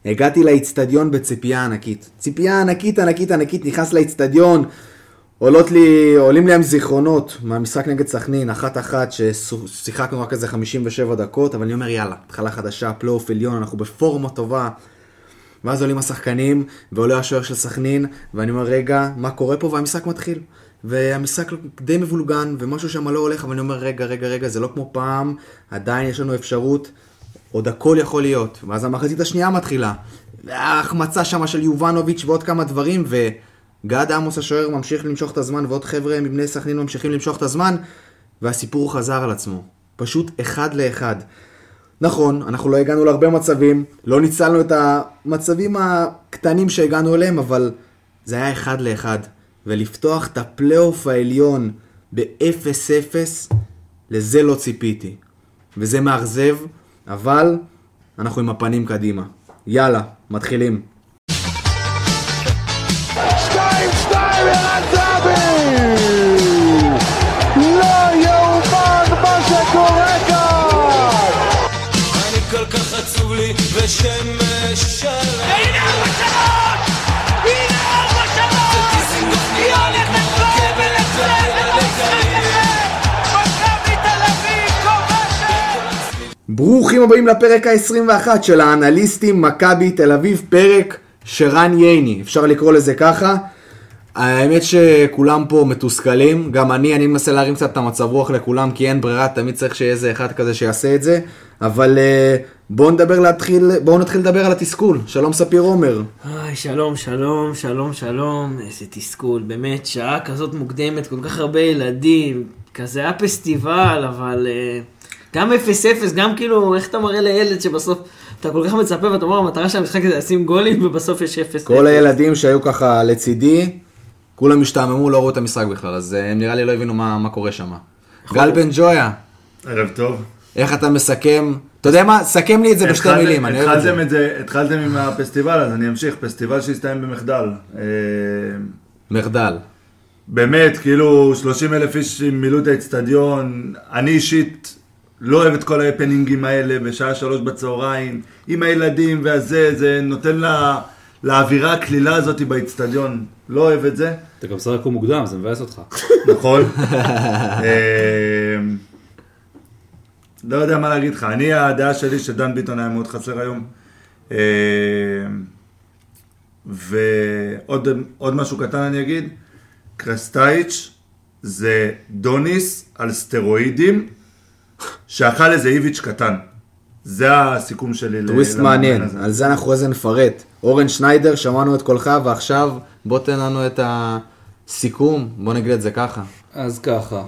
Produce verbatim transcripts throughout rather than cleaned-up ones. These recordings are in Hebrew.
הגעתי לאצטדיון בציפייה ענקית. ציפייה ענקית, ענקית, ענקית, נכנס לאצטדיון, עולות לי, עולים להם זיכרונות מהמשחק נגד סכנין, אחת אחת, ששיחקנו רק איזה חמישים ושבע דקות, אבל אני אומר יאללה, התחלה חדשה, פלייאוף עליון, אנחנו בפורמה טובה. ואז עולים השחקנים, ועולה השוער של סכנין, ואני אומר רגע, מה קורה פה? והמשחק מתחיל. והמשחק די מבולגן, ומשהו שם לא הולך, אבל אני אומר רגע, רגע, רגע, זה לא כמו פעם, עדיין יש לנו אפשרות, עוד הכל יכול להיות. ואז המחצית השנייה מתחילה. וההחמצה שם של יובנוביץ' ועוד כמה דברים, וגד עמוס השוער ממשיך למשוך את הזמן, ועוד חבר'ה מבני סכנין ממשיכים למשוך את הזמן, והסיפור חזר על עצמו. פשוט אחד לאחד. נכון, אנחנו לא הגענו להרבה מצבים, לא ניצלנו את המצבים הקטנים שהגענו אליהם, אבל זה היה אחד לאחד. ולפתוח את הפלייאוף העליון ב-אפס אפס, לזה לא ציפיתי. וזה מאכזב, אבל אנחנו עם הפנים קדימה. יאללה, מתחילים. שתיים שתיים ערן זהבי! לא יאומן מה שקורה כאן! אני כל כך עצוב לי ושמש שלם. הנה ארבע שלוש! הנה ארבע שלוש! היא הולכת לו ולצאת למשחק הזה! מכבי תל אביב כובשת! ברוכים הבאים לפרק ה-עשרים ואחת של האנליסטים מכבי תל אביב, פרק שרן ייני, אפשר לקרוא לזה ככה. האמת שכולם פה מתוסכלים, גם אני, אני מנסה להרים קצת את המצב רוח לכולם, כי אין ברירה, תמיד צריך שיהיה איזה אחד כזה שיעשה את זה, אבל בואו נדבר להתחיל, בואו נתחיל לדבר על התסכול. שלום ספיר עומר. היי, שלום, שלום, שלום, שלום, איזה תסכול, באמת, שעה כזאת מוקדמת, כל כך הרבה ילדים, כזה היה פסטיבל, אבל גם אפס אפס, גם כאילו, איך אתה מראה לילד שבסוף אתה כל כך מצפה ואתה אומר, המטרה של המשחק זה לשים גולים ובסוף יש אפס אפס. כל הילדים שהיו ככה לצידי, כולם משתעממו, לא ראו את המשחק בכלל, אז הם נראה לי לא הבינו מה, מה קורה שם. גל בן ג'ויה. ערב טוב. איך אתה מסכם? אתה יודע מה? סכם לי את זה בשתי מילים, אני אוהב את זה. את זה. התחלתם עם הפסטיבל, אז אני אמשיך. פסטיבל שהסתיים במחדל. מחדל. באמת, כאילו שלושים אלף איש מילאו את האצטדיון. אני אישית לא אוהב את כל ההפנינגים האלה בשעה שלוש בצהריים, עם הילדים והזה, זה נותן לה, לאווירה הכלילה הזאת באצטדיון. לא אוהב את זה. אתה גם שרק הוא מוקדם, זה מבאס אותך. נכון. לא יודע מה להגיד לך. אני, הדעה שלי שדן ביטון היה מאוד חסר היום. ועוד עוד משהו קטן אני אגיד. קרסטייץ' זה דוניס על סטרואידים, שאכל איזה איביץ' קטן. זה הסיכום שלי. טוויסט מעניין, על זה אנחנו איזה נפרט. אורן שניידר, שמענו את קולך, ועכשיו בוא תן לנו את הסיכום, בוא נגיד את זה ככה. אז ככה,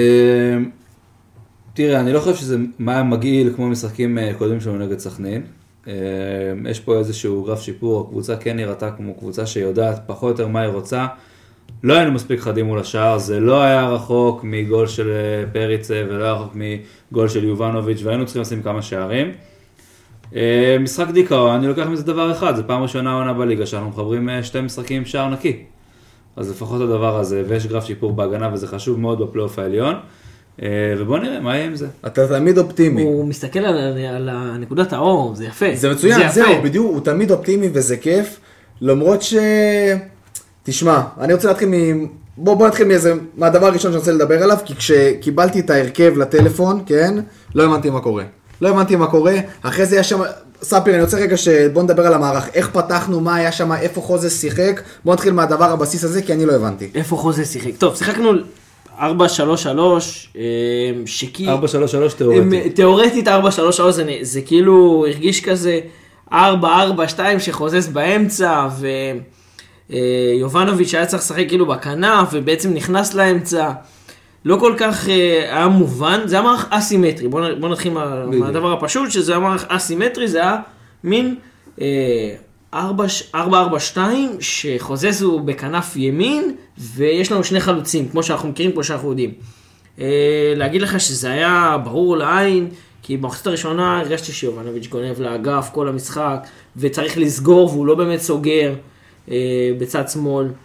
תראה, אני לא חושב שזה מה מגעיל כמו משחקים קודמים שלנו נגד סכנין. יש פה איזשהו גרף שיפור, הקבוצה כן נראתה כמו קבוצה שיודעת פחות או יותר מה היא רוצה. לא היינו מספיק חדים מול השער, זה לא היה רחוק מגול של פריצה ולא היה רחוק מגול של יובנוביץ' והיינו צריכים לשים כמה שערים. משחק דיכאון, אני לוקח מזה דבר אחד, זה פעם ראשונה עונה בליגה שאנחנו מחברים שתי משחקים עם שער נקי. אז לפחות הדבר הזה, ויש גרף שיפור בהגנה וזה חשוב מאוד בפלייאוף העליון. ובוא נראה מה יהיה עם זה. אתה תמיד אופטימי. הוא מסתכל על, על הנקודת האור, זה יפה. זה מצוין, זה זהו, בדיוק, הוא תמיד אופטימי וזה כיף, למרות ש... תשמע, אני רוצה להתחיל מ... בוא, בוא נתחיל מאיזה, מהדבר הראשון שאני רוצה לדבר עליו, כי כשקיבלתי את ההרכב לטלפון, כן, לא הבנתי מה קורה. לא הבנתי מה קורה, אחרי זה היה שם, ספיר, אני רוצה רגע שבוא נדבר על המערך, איך פתחנו, מה היה שם, איפה חוזס שיחק, בוא נתחיל מהדבר הבסיס הזה, כי אני לא הבנתי. איפה חוזס שיחק? טוב, שיחקנו ארבע שלוש שלוש, שקי... ארבע שלוש שלוש תיאורטית. תיאורטית ארבע שלוש שלוש, זה, זה כאילו הרגיש כזה ארבע ארבע שתיים שחוזס באמצע, ו... יובנוביץ' היה צריך לשחק כאילו בכנף ובעצם נכנס לאמצע, לא כל כך היה מובן, זה היה מערך אסימטרי. בוא, בוא נתחיל מה, מהדבר הפשוט, שזה היה מערך אסימטרי, זה היה מין ארבע ארבע שתיים שחוזס הוא בכנף ימין ויש לנו שני חלוצים כמו שאנחנו מכירים, כמו שאנחנו יודעים. להגיד לך שזה היה ברור לעין, כי במחצית הראשונה הרגשתי שיובנוביץ' גונב לאגף כל המשחק וצריך לסגור והוא לא באמת סוגר בצד שמאל.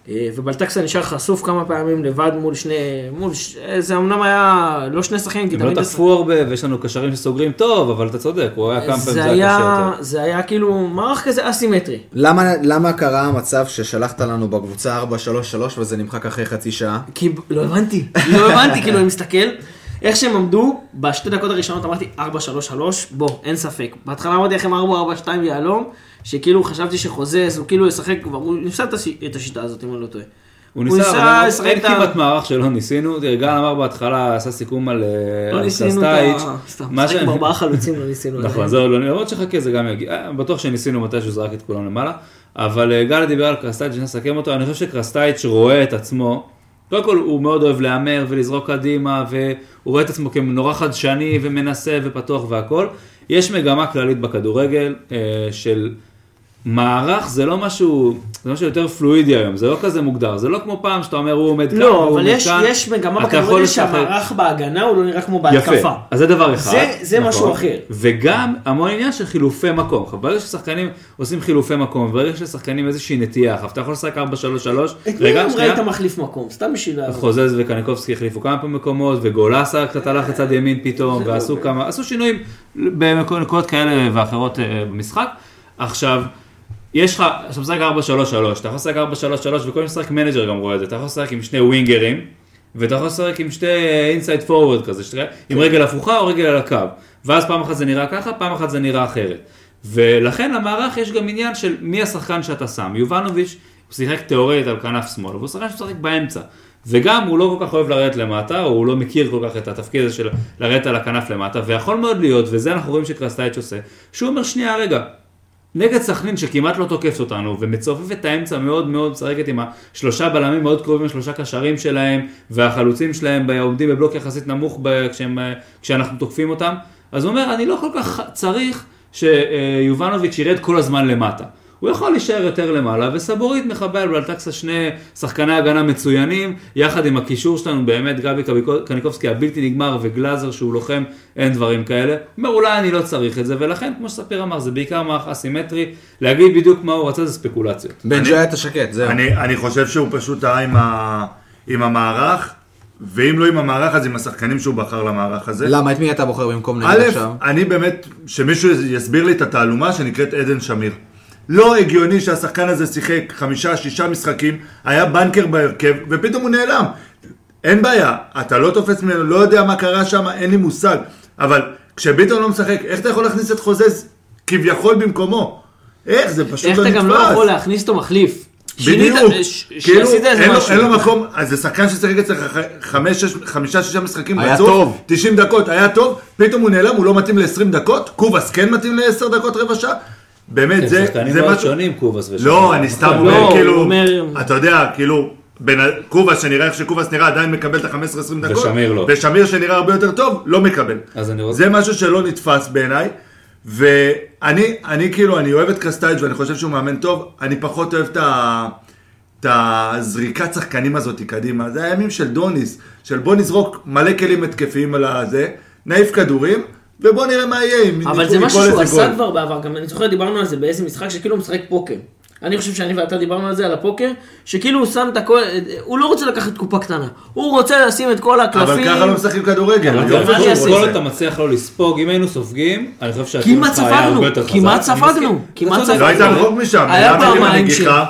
ובלטקסה נשאר חשוף כמה פעמים לבד מול שני, מול, זה אמנם היה לא שני שחקנים, הם לא תקפו הרבה ויש לנו קשרים שסוגרים טוב, אבל אתה צודק, הוא היה כמה פעמים זה היה קשה יותר. זה היה כאילו מערך כזה אסימטרי. למה, למה קרה המצב ששלחת לנו בקבוצה ארבע שלוש שלוש וזה נמחק אחרי חצי שעה? כי לא הבנתי, לא הבנתי, כאילו אני מסתכל, איך שהם עמדו, בשתי דקות הראשונות אמרתי ארבע שלוש שלוש, בוא, אין ספק. בהתחלה אמרתי לכם ארבע ארבע שתיים יעלום, שכאילו חשבתי שחוזה, הוא כאילו ישחק כבר, הוא ניסה את השיטה הזאת, אם אני לא טועה. הוא ניסה, אבל אין כמעט מערך שלא ניסינו, גל אמר בהתחלה, עשה סיכום על קרסטייץ'. לא ניסינו את ה... סתם, משחק בארבעה חלוצים לא ניסינו. נכון, זהו, למרות שחכה זה גם יגיע, בטוח שניסינו מתי שהוא זרק את כולם למעלה, אבל גל דיבר על קרסטייץ' שנסכם אותו, אני חושב שקרסטייץ' רואה את עצמו, קודם כל הוא מאוד אוהב להמר ולזרוק קדימה, והוא רואה את עצמו כנורא חדשני ומנסה ופתוח והכל. יש מגמה כללית בכדורגל של מערך, זה לא משהו, זה משהו יותר פלואידי היום, זה לא כזה מוגדר, זה לא כמו פעם שאתה אומר הוא עומד כאן, לא, אבל יש, יש מגמה בכדורגל שהמערך בהגנה הוא לא נראה כמו בהתקפה. יפה, אז זה דבר אחד. זה, זה נכון. משהו אחר. וגם המון עניין של חילופי מקום. ברגע ששחקנים עושים חילופי מקום, ברגע ששחקנים איזושהי נטייה, אתה יכול לשחק ארבע שלוש שלוש. את מי אמרה היית מחליף מקום? סתם בשביל... חוזז וקניקובסקי החליפו כמה פעמים מקומות, וגולסה קצת הלך לצד ימין פתאום, ועשו כמה, עשו שינויים במקומות כאלה ואחרות במשחק. עכשיו, יש לך, אתה משחק ארבע שלוש שלוש, אתה יכול לשחק ארבע שלוש שלוש וכל משחק מנג'ר גם רואה את זה, אתה יכול לשחק עם שני ווינגרים, ואתה יכול לשחק עם שתי אינסייד פורוורד כזה, עם רגל הפוכה או רגל על הקו, ואז פעם אחת זה נראה ככה, פעם אחת זה נראה אחרת. ולכן למערך יש גם עניין של מי השחקן שאתה שם. יובנוביץ' הוא שיחק תיאורטית על כנף שמאל, אבל הוא שחקן ששחק באמצע. וגם הוא לא כל כך אוהב לרדת למטה, או הוא לא מכיר כל כך את התפקיד הזה של לרדת על הכנף למטה, ויכול מאוד להיות, וזה אנחנו רואים שקרסטייץ' עושה, שהוא אומר שנייה רגע, נגד סכנין שכמעט לא תוקפת אותנו, ומצופף את האמצע מאוד מאוד משחקת עם השלושה בלמים מאוד קרובים, השלושה קשרים שלהם, והחלוצים שלהם עומדים בבלוק יחסית נמוך כשהם, כשאנחנו תוקפים אותם, אז הוא אומר, אני לא כל כך צריך שיובנוביץ' ירד כל הזמן למטה. הוא יכול להישאר יותר למעלה, וסבורית מחבל בלטקסה שני שחקני הגנה מצוינים, יחד עם הקישור שלנו, באמת גבי קניקובסקי הבלתי נגמר, וגלאזר שהוא לוחם, אין דברים כאלה. אומר, אולי אני לא צריך את זה, ולכן, כמו שספיר אמר, זה בעיקר מערך אסימטרי, להגיד בדיוק מה הוא רצה, זה ספקולציות. בן ג'י היה תשקט, זהו. אני, אני חושב שהוא פשוט היה עם, ה... עם המערך, ואם לא עם המערך, אז עם השחקנים שהוא בחר למערך הזה. למה? את מי אתה בוחר במקום נגד עכשיו? א', אני באמת, שמישהו יסביר לי את התעלומה שנקראת עדן שמיר. לא הגיוני שהשחקן הזה שיחק חמישה, שישה משחקים, היה בנקר בהרכב, ופתאום הוא נעלם. אין בעיה, אתה לא תופס ממנו, לא יודע מה קרה שם, אין לי מושג. אבל כשביטון לא משחק, איך אתה יכול להכניס את חוזז כביכול במקומו? איך? זה פשוט לא נתפס. איך אתה גם לא יכול להכניס אותו מחליף? בדיוק, כאילו אין לו מקום, אז זה שחקן ששחק אצלך חמישה, שישה משחקים רצוף, תשעים דקות, היה טוב, פתאום הוא נעלם, הוא לא מתאים ל-עשרים דקות, קובס כן מתאים ל-עשר דקות רבע שעה, באמת, זה... שחקנים מאוד שונים, קובס ושם. לא, אני סתם אומר, כאילו, אתה יודע, כאילו, קובס שנראה איך שקובס נראה, עדיין מקבל את ה-חמש עשרה עשרים דקות, ושמיר לא. ושמיר שנראה הרבה יותר טוב, לא מקבל. זה משהו שלא נתפס בעיניי, ואני, אני כאילו, אני אוהב את קרסטייץ' ואני חושב שהוא מאמן טוב, אני פחות אוהב את הזריקת שחקנים הזאת קדימה, זה הימים של דוניס, של בוא נזרוק מלא כלים התקפיים על הזה, נעיף כדורים, ובוא נראה מה יהיה. אבל זה משהו שהוא עשה כבר בעבר, גם אני זוכר דיברנו על זה באיזה משחק שכאילו הוא משחק פוקר. אני חושב שאני ואתה דיברנו על זה, על הפוקר, שכאילו הוא שם את הכל, הוא לא רוצה לקחת קופה קטנה, הוא רוצה לשים את כל הקלפים. אבל ככה לא משחקים כדורגל. כל אתה מצליח לא לספוג, אם היינו סופגים, אני חושב שהטיעון שלך היה הרבה יותר חזק. כמעט ספגנו, כמעט ספגנו. לא היית רחוק משם, היה פעמיים שם.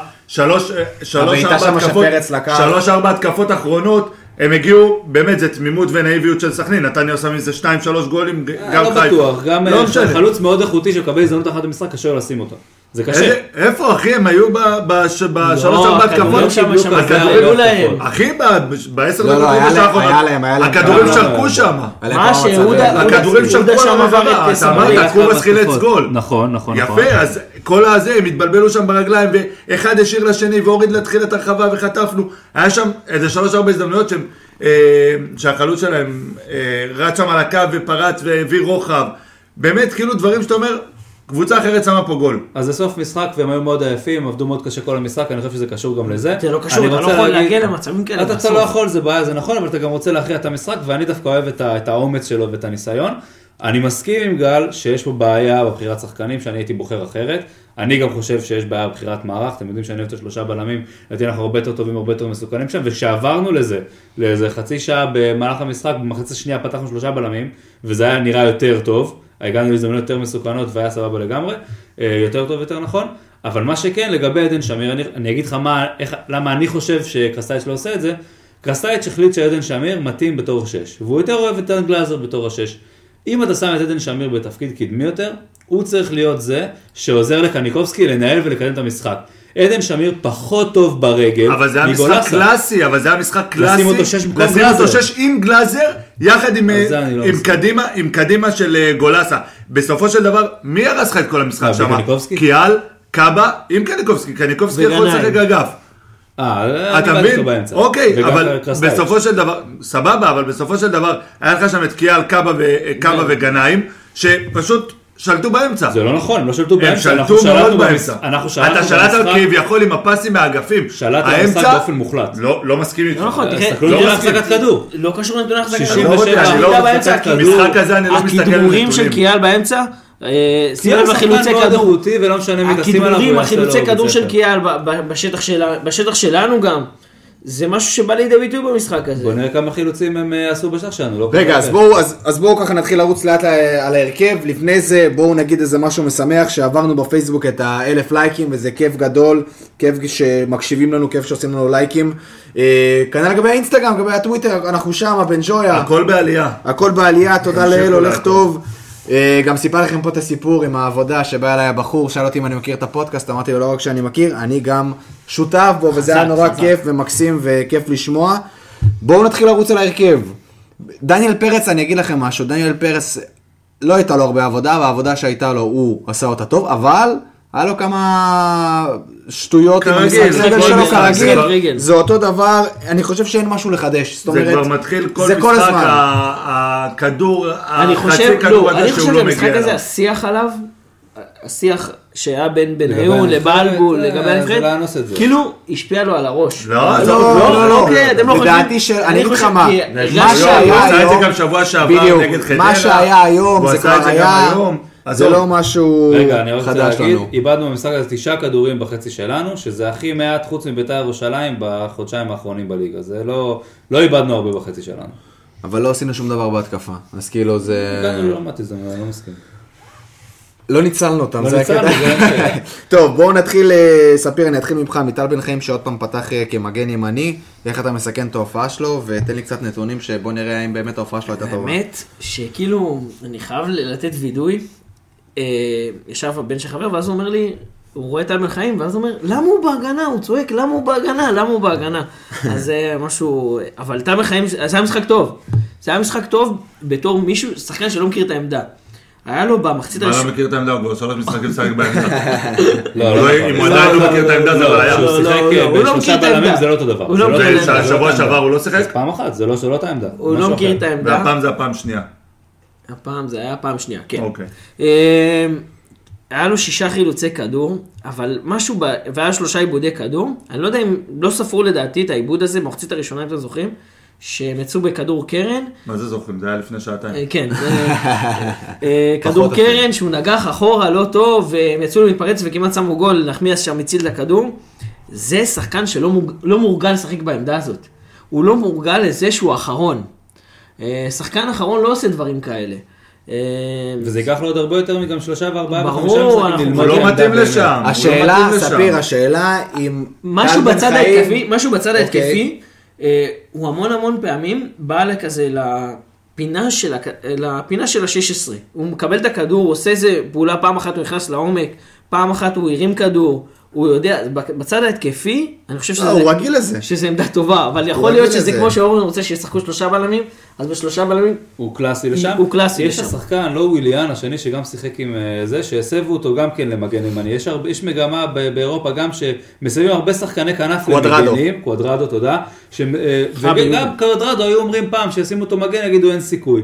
שלוש ארבע התקפות אחרונות, הם הגיעו, באמת זה תמימות ונאיביות של סכנין, נתניה עושה מזה שתיים שלוש גולים, גם חיפה. לא בטוח, גם חלוץ מאוד איכותי שקבל הזדמנות אחת במשחק, קשה לשים אותו. זה קשה. איפה אחי, הם היו בשלוש ארבע התקפות, אחי, בעשר דקות הכדורים שרקו שם. מה שיהודה, הכדורים שרקו על המעברה, אתה אמרת, קובס חילץ גול. נכון, נכון. יפה, אז כל הזה, הם התבלבלו שם ברגליים, ואחד השאיר לשני והוריד להתחיל את הרחבה וחטפנו. היה שם איזה שלוש ארבע הזדמנויות שהחלוץ שלהם רץ שם על הקו ופרץ והעביר רוחב. באמת, כאילו דברים שאתה אומר, קבוצה אחרת שמה פה גול. אז זה סוף משחק והם היו מאוד עייפים, עבדו מאוד קשה כל המשחק, אני חושב שזה קשור גם לזה. זה לא קשור, אתה לא יכול להגיע למצבים כאלה בסוף. אתה לא יכול, זה בעיה, זה נכון, אבל אתה גם רוצה להכריע את המשחק, ואני דווקא אוהב את האומץ שלו ואת הניסיון. אני מסכים עם גל שיש פה בעיה בבחירת שחקנים, שאני הייתי בוחר אחרת. אני גם חושב שיש בעיה בבחירת מערך, אתם יודעים שאני אוהב את השלושה בלמים, הייתי אנחנו הרבה יותר טובים, הרבה יותר מסוכנים שם, וכשעברנו לזה, לאיזה חצי שעה במהלך המשחק, במחצית השנייה פתחנו שלושה בלמים, וזה היה נראה יותר טוב, הגענו להזדמנות יותר מסוכנות והיה סבבה לגמרי, יותר טוב, יותר נכון, אבל מה שכן, לגבי עדן שמיר, אני, אני אגיד לך מה, איך, למה אני חושב שקרסטייץ' לא עושה את זה, קרסטייץ' החליט שעדן שמיר מתאים בתור שש, והוא יותר אוהב את דן גלאזר בתור השש. אם אתה שם את עדן שמיר בתפקיד קדמי יותר, הוא צריך להיות זה שעוזר לקניקובסקי לנהל ולקדם את המשחק. עדן שמיר פחות טוב ברגל. אבל זה היה משחק קלאסי, אבל זה היה משחק קלאסי. לשים אותו שש במקום גלאזר. לשים אותו שש עם גלאזר, יחד עם, לא עם, קדימה, עם קדימה של גולסה. בסופו של דבר, מי הרס לך את כל המשחק שם? קיאל, קאבה, עם קניקובסקי. קניקובסקי יכול לשחק אגף. אה, אתה מבין? אוקיי, אבל בסופו של דבר, סבבה, אבל בסופו של דבר, היה לך שם את קיאל, קאבה וגנאים, שפשוט שלטו באמצע. זה לא נכון, הם לא שלטו באמצע. הם שלטו מאוד באמצע. אתה שלט על כביכול עם הפסים מהאגפים. שלט על המשחק באופן מוחלט. לא מסכים איתך. לא נכון, תראה, לא להחזקת כדור. לא קשור לנתוני החזקת שישים כדור. ושבע. משחק הזה אני לא מסתכל על נתונים. הכידורים של קיאל באמצע, שים לב לחילוצי כדור. ולא משנה מי תשים עליו. הכידורים, החילוצי כדור של קיאל בשטח שלנו גם. זה משהו שבא לידי ביטוי במשחק הזה. בוא נראה כמה חילוצים הם עשו בשטח שלנו. רגע, אז בואו, אז, אז בואו ככה נתחיל לרוץ לאט על ההרכב. לפני זה בואו נגיד איזה משהו משמח, שעברנו בפייסבוק את האלף לייקים, וזה כיף גדול, כיף שמקשיבים לנו, כיף שעושים לנו לייקים. אה, כנראה לגבי האינסטגרם, לגבי הטוויטר, אנחנו שם, בן ג'ויה. הכל בעלייה. הכל בעלייה, תודה לאל, הולך טוב. גם סיפר לכם פה את הסיפור עם העבודה שבא אליי הבחור, שאל אותי אם אני מכיר את הפודקאסט, אמרתי לו לא רק שאני מכיר, אני גם שותף בו, וזה היה נורא כיף ומקסים וכיף לשמוע. בואו נתחיל לרוץ על ההרכב. דניאל פרץ, אני אגיד לכם משהו, דניאל פרץ לא הייתה לו הרבה עבודה, והעבודה שהייתה לו הוא עשה אותה טוב, אבל היה לו כמה שטויות עם המשחק סגל שלו כרגיל, זה אותו דבר, אני חושב שאין משהו לחדש. זה כבר מתחיל כל משחק, הכדור, החצי כדור הזה שהוא לא מגיע. המשחק הזה, השיח עליו, השיח שהיה בין בניון לבלבול, לגבי הנבחרת, כאילו השפיע לו על הראש. לא, לא, לא, אתם לא חושבים. אני אגיד לך מה, מה שהיה היום, גם שבוע שעבר נגד חדרה, מה שהיה היום, זה כבר היה, זה לא משהו חדש לנו. רגע, אני רוצה להגיד, איבדנו במשחק הזה תשעה כדורים בחצי שלנו, שזה הכי מעט חוץ מבית"ר ירושלים בחודשיים האחרונים בליגה. זה לא, לא איבדנו הרבה בחצי שלנו. אבל לא עשינו שום דבר בהתקפה. אז כאילו זה... הגענו לא מתיזם, אני לא מסכים. לא ניצלנו אותם. לא ניצלנו, זה... טוב, בואו נתחיל, ספיר, אני אתחיל ממך, מיטל בן חיים שעוד פעם פתח כמגן ימני, איך אתה מסכן את ההופעה שלו, ותן לי קצת נתונים שבוא נראה האם באמת ההופעה שלו הייתה טובה. האמת שכאילו, אני חייב לתת וידוי, ישב הבן של חבר, ואז הוא אומר לי, הוא רואה את טל בן חיים, ואז הוא אומר, למה הוא בהגנה? הוא צועק, למה הוא בהגנה? למה הוא בהגנה? אז זה משהו, אבל טל בן חיים, זה היה משחק טוב. זה היה משחק טוב בתור מישהו, שחקן שלא מכיר את העמדה. היה לו במחצית הראשונה... מה לא מכיר את העמדה? הוא כבר שלוש משחקים משחק בעמדה. אם הוא עדיין לא מכיר את העמדה, זה לא היה. הוא שיחק בשלושה בלמים, זה לא אותו דבר. שבוע שעבר הוא לא שיחק? פעם אחת, זה לא את העמדה. הוא לא מכיר את העמדה. והפעם זה הפעם שנייה. הפעם זה היה הפעם שנייה, כן. אוקיי. היה לו שישה חילוצי כדור, אבל משהו, והיה שלושה עיבודי כדור, אני לא יודע אם לא ספרו לדעתי את העיבוד הזה, במחצית הראשונה, אם אתם זוכרים, שהם יצאו בכדור קרן. מה זה זוכרים? זה היה לפני שעתיים. כן, כדור קרן שהוא נגח אחורה, לא טוב, והם יצאו להתפרץ וכמעט שמו גול, נחמיאס שם הציל את הכדור. זה שחקן שלא מורגל לשחק בעמדה הזאת. הוא לא מורגל לזה שהוא האחרון. שחקן אחרון לא עושה דברים כאלה. וזה ייקח לו עוד הרבה יותר מגם שלושה וארבעה וחמישה משחקים. הוא לא מתאים לשם. השאלה, ספיר, השאלה אם... משהו בצד ההתקפי, משהו בצד ההתקפי, הוא המון המון פעמים בא לכזה לפינה של, לפינה של ה-שש עשרה. הוא מקבל את הכדור, הוא עושה איזה פעולה, פעם אחת הוא נכנס לעומק, פעם אחת הוא הרים כדור, הוא יודע, בצד ההתקפי, אני חושב שזה, הוא רגיל לזה. שזה עמדה טובה, אבל יכול להיות שזה כמו שאורן רוצה שישחקו שלושה בלמים, אז בשלושה בלמים... הוא קלאסי לשם? הוא קלאסי יש לשם. יש השחקן, לא וויליאן, השני שגם שיחק עם זה, שהסבו אותו גם כן למגן ימני. יש, הרבה, יש מגמה באירופה גם שמסביבים הרבה שחקני כנף למגנים, קוואדרדו, תודה, ש, וגם קוואדרדו היו אומרים פעם שישימו אותו מגן, יגידו אין סיכוי.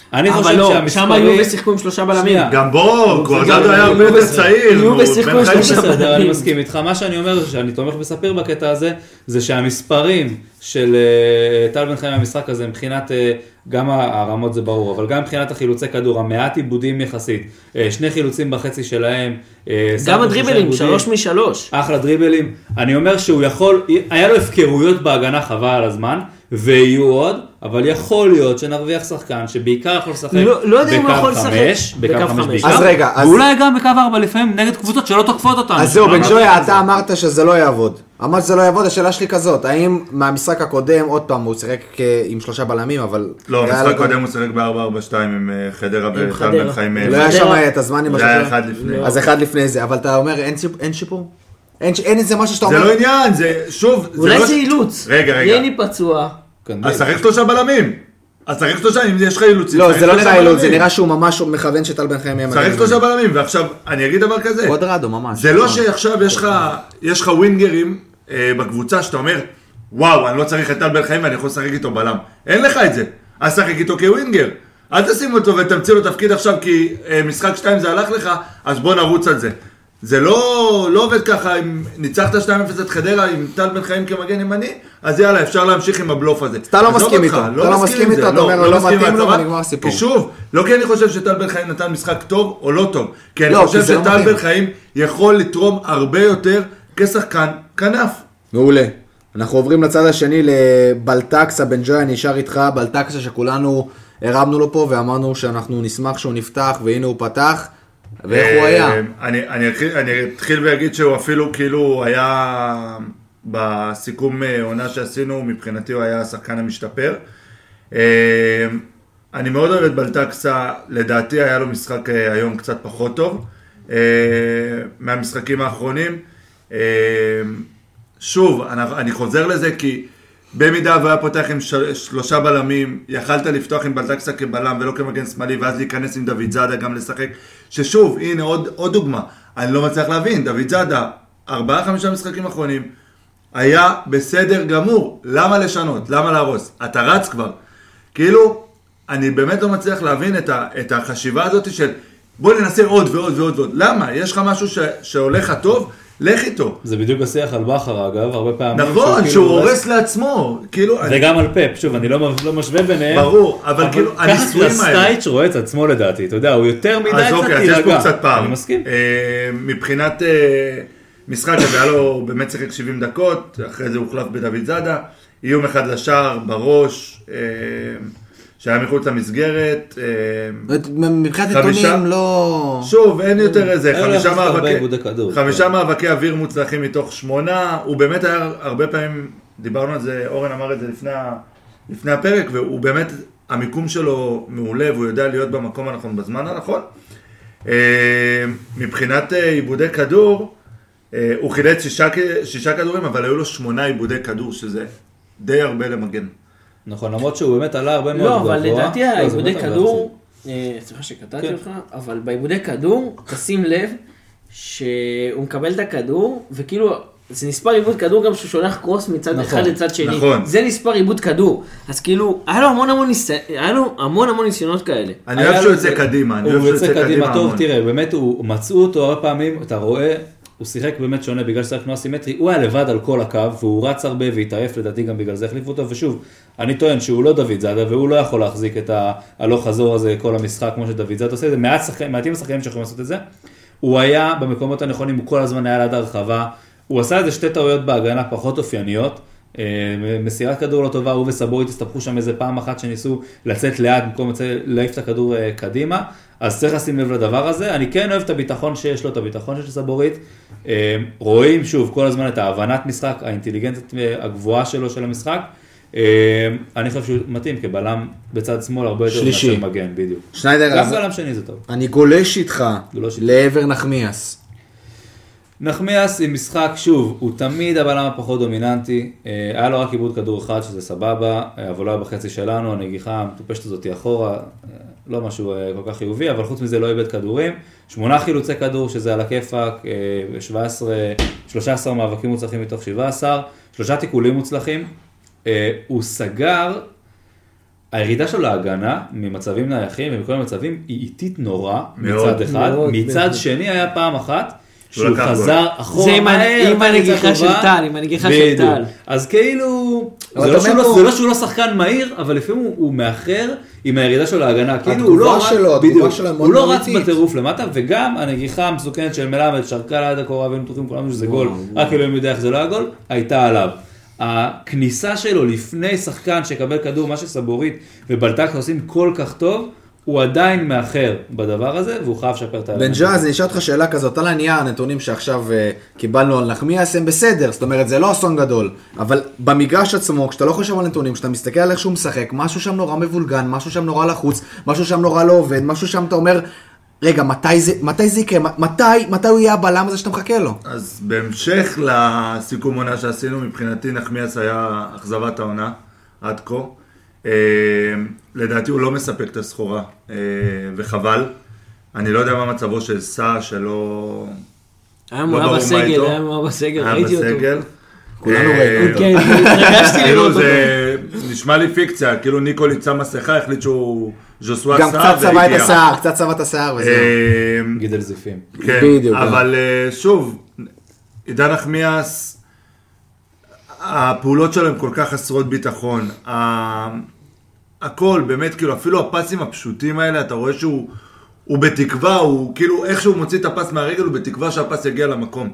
אני אבל חושב לא, שהמספרים... שם יובה שיחקו עם שלושה בלמים. שנייה. גם בו, קוורדדו גם- היה הרבה יובה- יותר צעיר. יובה נו, שיחקו בן עם חיים שלושה בסדר. בסדר, אני בלמים. מסכים איתך. מה שאני אומר, שאני תומך בספיר בקטע הזה, זה שהמספרים של אה, טל בן חיים במשחק הזה, מבחינת, אה, גם הרמות זה ברור, אבל גם מבחינת החילוצי כדור, המעט עיבודים יחסית, אה, שני חילוצים בחצי שלהם, אה, סך גם הכל הדריבלים, שלושה שלוש עיבודים. משלוש. אחלה דריבלים. אני אומר שהוא יכול, היה לו הפקרויות בהגנה חבל על הזמן, ויהיו עוד, אבל יכול להיות שנרוויח שחקן שבעיקר יכול לשחק לא- לא יודע אם הוא יכול בקו לשחק חמש, בקו בקו חמש חמש. בעיקר, אז רגע, אז- ואולי גם בקו ארבע לפעמים נגד קבוצות שלא תוקפות אותנו. אז זהו, שלא בן נעבור ג'ויה, על זה. אתה אמרת שזה לא יעבוד. אמרת שזה לא יעבוד, השאלה שלי כזאת, האם מהמשחק הקודם, עוד פעם, הוא שיחק אה, עם שלושה בלמים, אבל... לא, היה משחק לו גם- קודם הוא שיחק ב-ארבע ארבע שתיים עם אה, חדרה וטל חדרה. בן חיים. לא היה חדרה- שם את הזמן עם זה היה השלושה. אחד לפני. אז אחד לפני זה, אבל אתה אומר, אין שיפ- אין שיפור? אין ש- אין איזה משהו שאתה זה אומר... לא עניין, זה שוב... אולי לא זה ש- אילוץ. רגע, רגע. ייני פצוע. קנדיל. אז שחק שלושה בלמים. אז שחק שלושה, אם יש לך אילוצים. לא, שחק זה לא שלושה נראה אילוץ, זה בלמים. נראה שהוא ממש מכוון שטל בן חיים יהיה שחק מגן. שלושה בלמים, ועכשיו, אני אגיד דבר כזה. קוודרדו ממש. זה לא נכון. שעכשיו יש לך, יש לך ווינגרים אה, בקבוצה שאתה אומר, וואו, אני לא צריך את טל בן חיים ואני יכול לשחק איתו בלם. אין לך את זה. אז שחק איתו כווינגר. אל תשים אותו ותמציא לו תפקיד עכשיו כי אה, משחק שתיים זה הלך לך, אז בוא נרוץ על זה. זה לא, לא עובד ככה, אם ניצחת שתיים אפס את חדרה עם טל בן חיים כמגן ימני, אז יאללה, אפשר להמשיך עם הבלוף הזה. אתה לא עזוב מסכים אותך, איתו, אתה לא מסכים עם איתו, זה, אתה אומר, לא מסכים מתאים עם לו ההצהרה. ונגמר הסיפור. כי שוב, לא כי אני חושב שטל בן חיים נתן משחק טוב או לא טוב, כי אני לא, חושב כי זה לא שטל מתאים. בן חיים יכול לתרום הרבה יותר כשחקן כנף. מעולה. אנחנו עוברים לצד השני לבלטקסה, בן ג'ויה נשאר איתך, בלטקסה שכולנו הרמנו לו פה ואמרנו שאנחנו נשמח שהוא נפתח, והנה הוא פתח, ואיך הוא היה? אה, אני, אני, אתחיל, אני אתחיל ואגיד שהוא אפילו כאילו היה בסיכום אה, עונה שעשינו, מבחינתי הוא היה השחקן המשתפר. אה, אני מאוד אוהב את בלטקסה, לדעתי היה לו משחק אה, היום קצת פחות טוב אה, מהמשחקים האחרונים. אה, שוב, אני, אני חוזר לזה כי במידה והיה פותח עם של, שלושה בלמים, יכלת לפתוח עם בלטקסה כבלם ולא כמגן שמאלי, ואז להיכנס עם דוד זאדה גם לשחק, ששוב, הנה עוד, עוד דוגמה, אני לא מצליח להבין, דוד זאדה, ארבעה חמישה משחקים אחרונים, היה בסדר גמור, למה לשנות? למה להרוס? אתה רץ כבר. כאילו, אני באמת לא מצליח להבין את, ה, את החשיבה הזאת של בוא ננסה עוד ועוד ועוד ועוד. למה? יש לך משהו ש, שהולך טוב? לך איתו. זה בדיוק השיח על בכר אגב, הרבה פעמים. נכון, כאילו שהוא הורס- הורס לעצמו. כאילו, אני- וגם על פפ, שוב, אני לא לא משווה ביניהם. ברור, אבל כאילו, הניסויים ככה האלה. סטייץ' רואה את עצמו לדעתי, אתה יודע, הוא יותר מדי אז קצת אוקיי, אז יש פה תירגע. קצת פער. אני מסכים. אה, מבחינת אה, משחק הזה, היה לו באמת שיחק שבעים דקות, אחרי זה הוחלף בדוד זאדה, איום אחד לשער, בראש, אה, שהיה מחוץ למסגרת. אה, מבחינת חמישה- נתונים לא... שוב, אין יותר איזה, היה לו חמישה יחסית הרבה מאבקי, עיבודי כדור. חמישה מאבקי אוויר מוצלחים מתוך שמונה, הוא באמת היה הרבה פעמים, דיברנו על זה, אורן אמר את זה לפני, ה- לפני הפרק, והוא באמת, המיקום שלו מעולה, והוא יודע להיות במקום הנכון בזמן הנכון. אה, מבחינת אה, עיבודי כדור, אה, הוא חילץ שישה, כ- שישה כדורים, אבל היו לו שמונה עיבודי כדור, שזה די הרבה למגן. נכון, למרות שהוא באמת עלה הרבה מאוד לא, גבוה. אבל לדעתי לא, זה העיבודי באמת הרבה כדור, אה, סליחה שקטעתי כן. אותך, אבל בעיבודי כדור, תשים לב שהוא מקבל את הכדור, וכאילו, זה נספר עיבוד כדור גם שהוא שולח קרוס מצד נכון, אחד לצד שני. נכון. זה נספר עיבוד כדור. אז כאילו, היה לו המון המון ניס- היה לו המון המון ניסיונות כאלה. אני היה אוהב לו שהוא את זה- יוצא קדימה, אני הוא אוהב שהוא יוצא יוצא קדימה קדימה טוב, המון. תראה, באמת הוא, מצאו אותו הרבה פעמים, אתה רואה, הוא שיחק באמת שונה בגלל ששיחק תנועה סימטרי, הוא היה לבד על כל הקו, והוא רץ הרבה והתעייף, לדעתי גם בגלל זה החליפו אותו, ושוב, אני טוען שהוא לא דוד זאדה, והוא לא יכול להחזיק את ה- הלוך חזור הזה כל המשחק, כמו שדוד זאדה עושה את זה, מעט שחקנים, מעטים השחקנים שיכולים לעשות את זה, הוא היה במקומות הנכונים, הוא כל הזמן היה ליד הרחבה, הוא עשה איזה שתי טעויות בהגנה פחות אופייניות, אה, מסירת כדור לא טובה, הוא וסבורית הסתבכו שם איזה פעם אחת שניסו לצאת לאט במקום להעיף את הכדור אה, קדימה, אז צריך לשים לב לדבר הזה. אני כן אוהב את הביטחון שיש לו, את הביטחון של סבורית. אה, רואים שוב כל הזמן את ההבנת משחק, האינטליגנציה אה, הגבוהה שלו של המשחק. אה, אני חושב שהוא מתאים כבלם בצד שמאל הרבה יותר שלישי. מאשר מגן, בדיוק. שניידר, גם אז בלם שני זה טוב. אני גולש איתך גולש איתך. לעבר נחמיאס. נחמיאס עם משחק, שוב, הוא תמיד הבלם הפחות דומיננטי, אה, היה לו רק עיבוד כדור אחד שזה סבבה, אה, אבל לא היה בחצי שלנו, הנגיחה המטופשת הזאת אחורה, אה, לא משהו אה, כל כך חיובי, אבל חוץ מזה לא איבד כדורים, שמונה חילוצי כדור שזה על הכיפק, אה, שבע עשרה, שלושה עשר מאבקים מוצלחים מתוך שבע עשרה, שלושה תיקולים מוצלחים, אה, הוא סגר, הירידה שלו להגנה, ממצבים נייחים ומכל המצבים, היא איטית נורא, מאוד, מצד אחד. מאוד, מצד מאוד. שני היה פעם אחת, שהוא שהוא לקח חזר אחורה. זה עם ה- מהר, עם נתן הנגיחה קבוצה של טובה. טל, עם הנגיחה של בדיוק. טל. אז כאילו, אבל זה לא אתה שהוא אומר לא- פה- זה לא שהוא לא שחקן מהיר, אבל לפעמים הוא- הוא מאחר עם הירידה שלו להגנה. כאילו הוא לא התגובה רץ- שלו, התגובה בדיוק. שלו מאוד הוא לא מאוד רץ איטית. בטירוף למטה, וגם הנגיחה המסוכנת של מלמד, שרקה ליד הקורה והיינו בטוחים כולנו שזה גול, רק אלוהים יודע איך זה לא היה גול, הייתה עליו. הכניסה שלו לפני שחקן שקבל כדור, מה שסבורית ובלטק עושים כל כך טוב, הוא עדיין מאחר בדבר הזה, והוא חייב לשפר את בן ג'אז, אני אשאל אותך שאלה כזאת, על הנייר, הנתונים שעכשיו uh, קיבלנו על נחמיאס הם בסדר, זאת אומרת זה לא אסון גדול, אבל במגרש עצמו, כשאתה לא חושב על נתונים, כשאתה מסתכל על איך שהוא משחק, משהו שם נורא מבולגן, משהו שם נורא לחוץ, משהו שם נורא לא עובד, משהו שם אתה אומר, רגע, מתי זה, מתי זה יקרה, מתי, מתי הוא יהיה הבלם הזה שאתה מחכה לו? אז בהמשך לסיכום עונה שעשינו, מבחינתי נחמיאס היה אכזבת העונה עד כה. אה, לדעתי הוא לא מספק את הסחורה, אה, וחבל. אני לא יודע מה מצבו של סע, שלא... היום לא הוא היה ברור מה בסגל, איתו. היום הוא היה בסגל, היה ראיתי אותו. בסגל. כולנו אה, ראינו. כן, התרגשתי כאילו לראות אותו. זה נשמע לי פיקציה, כאילו ניקול יצא מסכה, החליט שהוא ז'וסווה גם סע קצת צבע את השיער, קצת צבע את השיער וזהו. אה, גידל זיפים. כן, בדיוק, אבל אה, שוב, עידן נחמיאס, הפעולות שלו הם כל כך חסרות ביטחון. ה- הכל, באמת, כאילו, אפילו הפסים הפשוטים האלה, אתה רואה שהוא הוא בתקווה, הוא כאילו, איך שהוא מוציא את הפס מהרגל, הוא בתקווה שהפס יגיע למקום,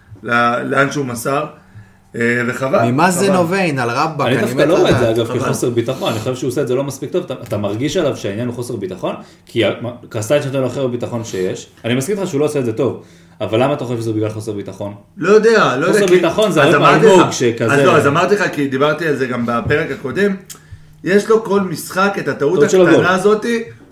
ל- לאן שהוא מסר, אה, וחבל. ממה זה חבל. נובע, על רבאק, אני אני דווקא מת לא רואה את זה לדעת. אגב חבל. כחוסר ביטחון, אני חושב שהוא עושה את זה לא מספיק טוב, אתה- אתה מרגיש עליו שהעניין הוא חוסר ביטחון, כי קרסטייץ' נותן לו הכי הרבה ביטחון שיש, אני מסכים איתך שהוא לא עושה את זה טוב, אבל למה אתה חושב שזה בגלל חוסר ביטחון? לא יודע, לא יודע. חוסר כי- ביטחון זה אז הרבה אמרתי אלמוג לך- שכזה- אז לא, אז אמרתי לך, כי דיברתי על זה גם בפרק הקודם, יש לו כל משחק את הטעות טעות של הגול. הקטנה הזאת,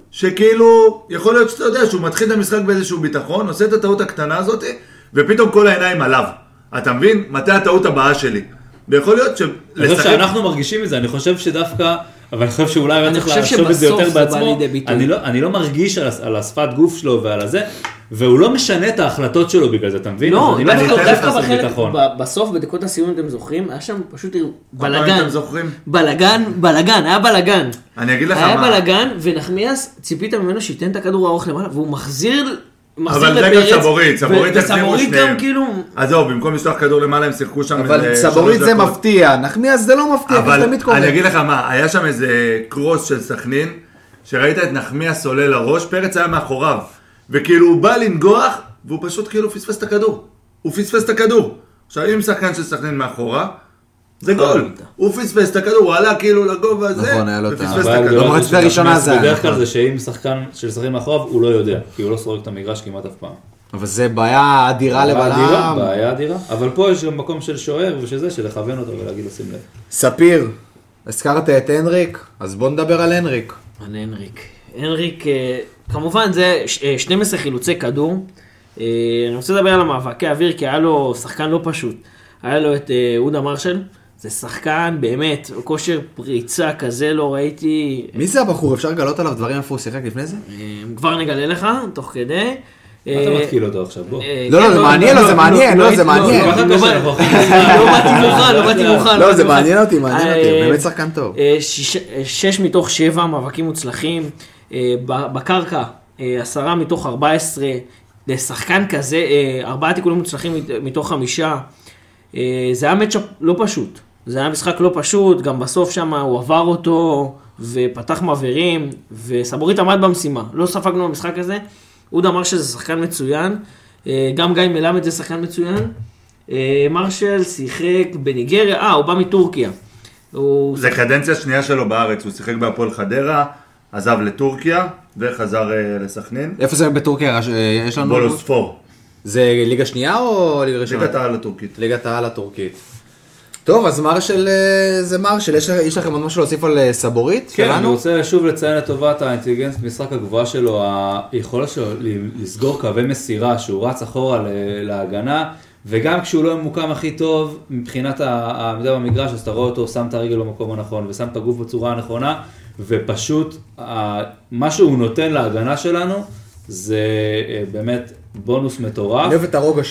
שכאילו, יכול להיות שאתה יודע שהוא מתחיל את המשחק באיזשהו ביטחון, עושה את הטעות הקטנה הזאת, ופתאום כל העיניים עליו. אתה מבין? מתי הטעות הבאה שלי? ויכול להיות אני חושב שלשחק... שאנחנו מרגישים את זה, אני חושב שדווקא, אבל אני חושב שאולי הוא אני צריך חושב לחשוב את זה שבסוף יותר זה בא בעצמו, לידי ביטוי. אני לא- אני לא מרגיש על הס- על השפת גוף שלו ועל הזה, והוא לא משנה את ההחלטות שלו בגלל זה, אתה מבין? לא, אז אני לא אני חושב אתן דווקא לך חוסר בחלק, ביטחון. ב- בסוף בדקות הסיום אתם זוכרים, היה שם פשוט פעם בלגן, אתם זוכרים? בלגן, בלגן, היה בלגן. אני אגיד לך היה מה... בלגן, ונחמיאס, ציפית ממנו שייתן את הכדור הארוך למעלה, והוא מחזיר, מחזיר אבל זה גם סבורית, סבורית ו- החזירו וסבורית שניהם. גם כאילו, עזוב, במקום לשלוח כדור למעלה הם שיחקו שם... אבל איזה סבורית שלוש זה דקות. מפתיע, נחמיאס זה לא מפתיע, זה אבל תמיד קורה. אני אגיד לך מה, היה שם איזה קרוס של סכנין, שראית את נחמיאס עולה לראש, פרץ היה מאחוריו, וכאילו הוא בא לנגוח, והוא פשוט כאילו פספס את הכדור. הוא פספס את הכדור. עכשיו אם שחקן של סכנין מאחורה, זה גול. הוא פספס את הכדור, הוא עלה כאילו לגובה הזה, נכון, היה לו את ה- ופספס את הבעיה הכדור. הגדולה במחצית זה הראשונה שנחמיאס זה היה, בדרך כלל נכון. זה שאם שחקן של שחקנים מאחוריו, הוא לא יודע, כי הוא לא סורק את המגרש כמעט אף פעם. אבל זה בעיה אדירה בעיה אדירה, לבלם. בעיה אדירה, אבל פה יש גם מקום של שוער ושזה, של לכוון אותו ולהגיד לו שים לב. ספיר, הזכרת את הנריק, אז בוא נדבר על הנריק. על הנריק. הנריק, אה, כמובן זה ש- אה, שנים עשר חילוצי כדור. אה, אני רוצה לדבר על המאבקי אוויר, כי היה לו שחקן לא פשוט. היה לו את אה, אודה מרשל, זה שחקן באמת, כושר פריצה כזה לא ראיתי. מי זה הבחור? אפשר לגלות עליו דברים איפה הוא שיחק לפני זה? אה, כבר נגלה לך, תוך כדי. מה אתה מתקיל אותו עכשיו? בוא. אה, לא, כן, לא, זה מעניין, לא, זה מעניין, לא, זה מעניין. לא, ככה לא, קשה, לא, אנחנו לא באתי מוכן, לא באתי מוכן. לא, באתי זה מוכן. מעניין אותי, מעניין אותי, הוא אה, באמת שחקן טוב. אה, שיש- אה, שש מתוך שבע מאבקים מוצלחים, אה, ב- בקרקע אה, עשרה מתוך ארבע עשרה, לשחקן כזה, אה, ארבעה תיקולים מוצלחים מת- מתוך חמישה, אה, זה היה מצ'אפ לא פשוט, זה היה משחק לא פשוט, גם בסוף שם הוא עבר אותו ופתח מעברים, וסבורית עמד במשימה, לא ספגנו במשחק הזה, אוד אמר שזה שחקן מצוין, אה, גם גיא מלמד זה שחקן מצוין, אה, מרשל שיחק בניגריה, אה, הוא בא מטורקיה. הוא... זה קדנציה שנייה שלו בארץ, הוא שיחק בהפועל חדרה, עזב לטורקיה, וחזר אה, לסכנין. איפה זה בטורקיה? אה, יש לנו... בולוספור, זה ליגה שנייה או ליגה ראשונה? ליגת העל הטורקית. ליגת העל הטורקית. טוב, אז מרשל אה, זה מרשל, יש יש לכם עוד משהו להוסיף על אה, סבורית? כן, אני שלנו? רוצה שוב לציין לטובת האינטליגנציה משחק הגבוהה שלו, היכולת שלו לסגור קווי מסירה, שהוא רץ אחורה ל- להגנה, וגם כשהוא לא ממוקם הכי טוב מבחינת העמידה במגרש, אז אתה רואה אותו שם את הרגל במקום הנכון, ושם את הגוף בצורה הנכונה, ופשוט ה- מה שהוא נותן להגנה שלנו, זה אה, באמת בונוס מטורף. אני אוהב את הרוגע שלו.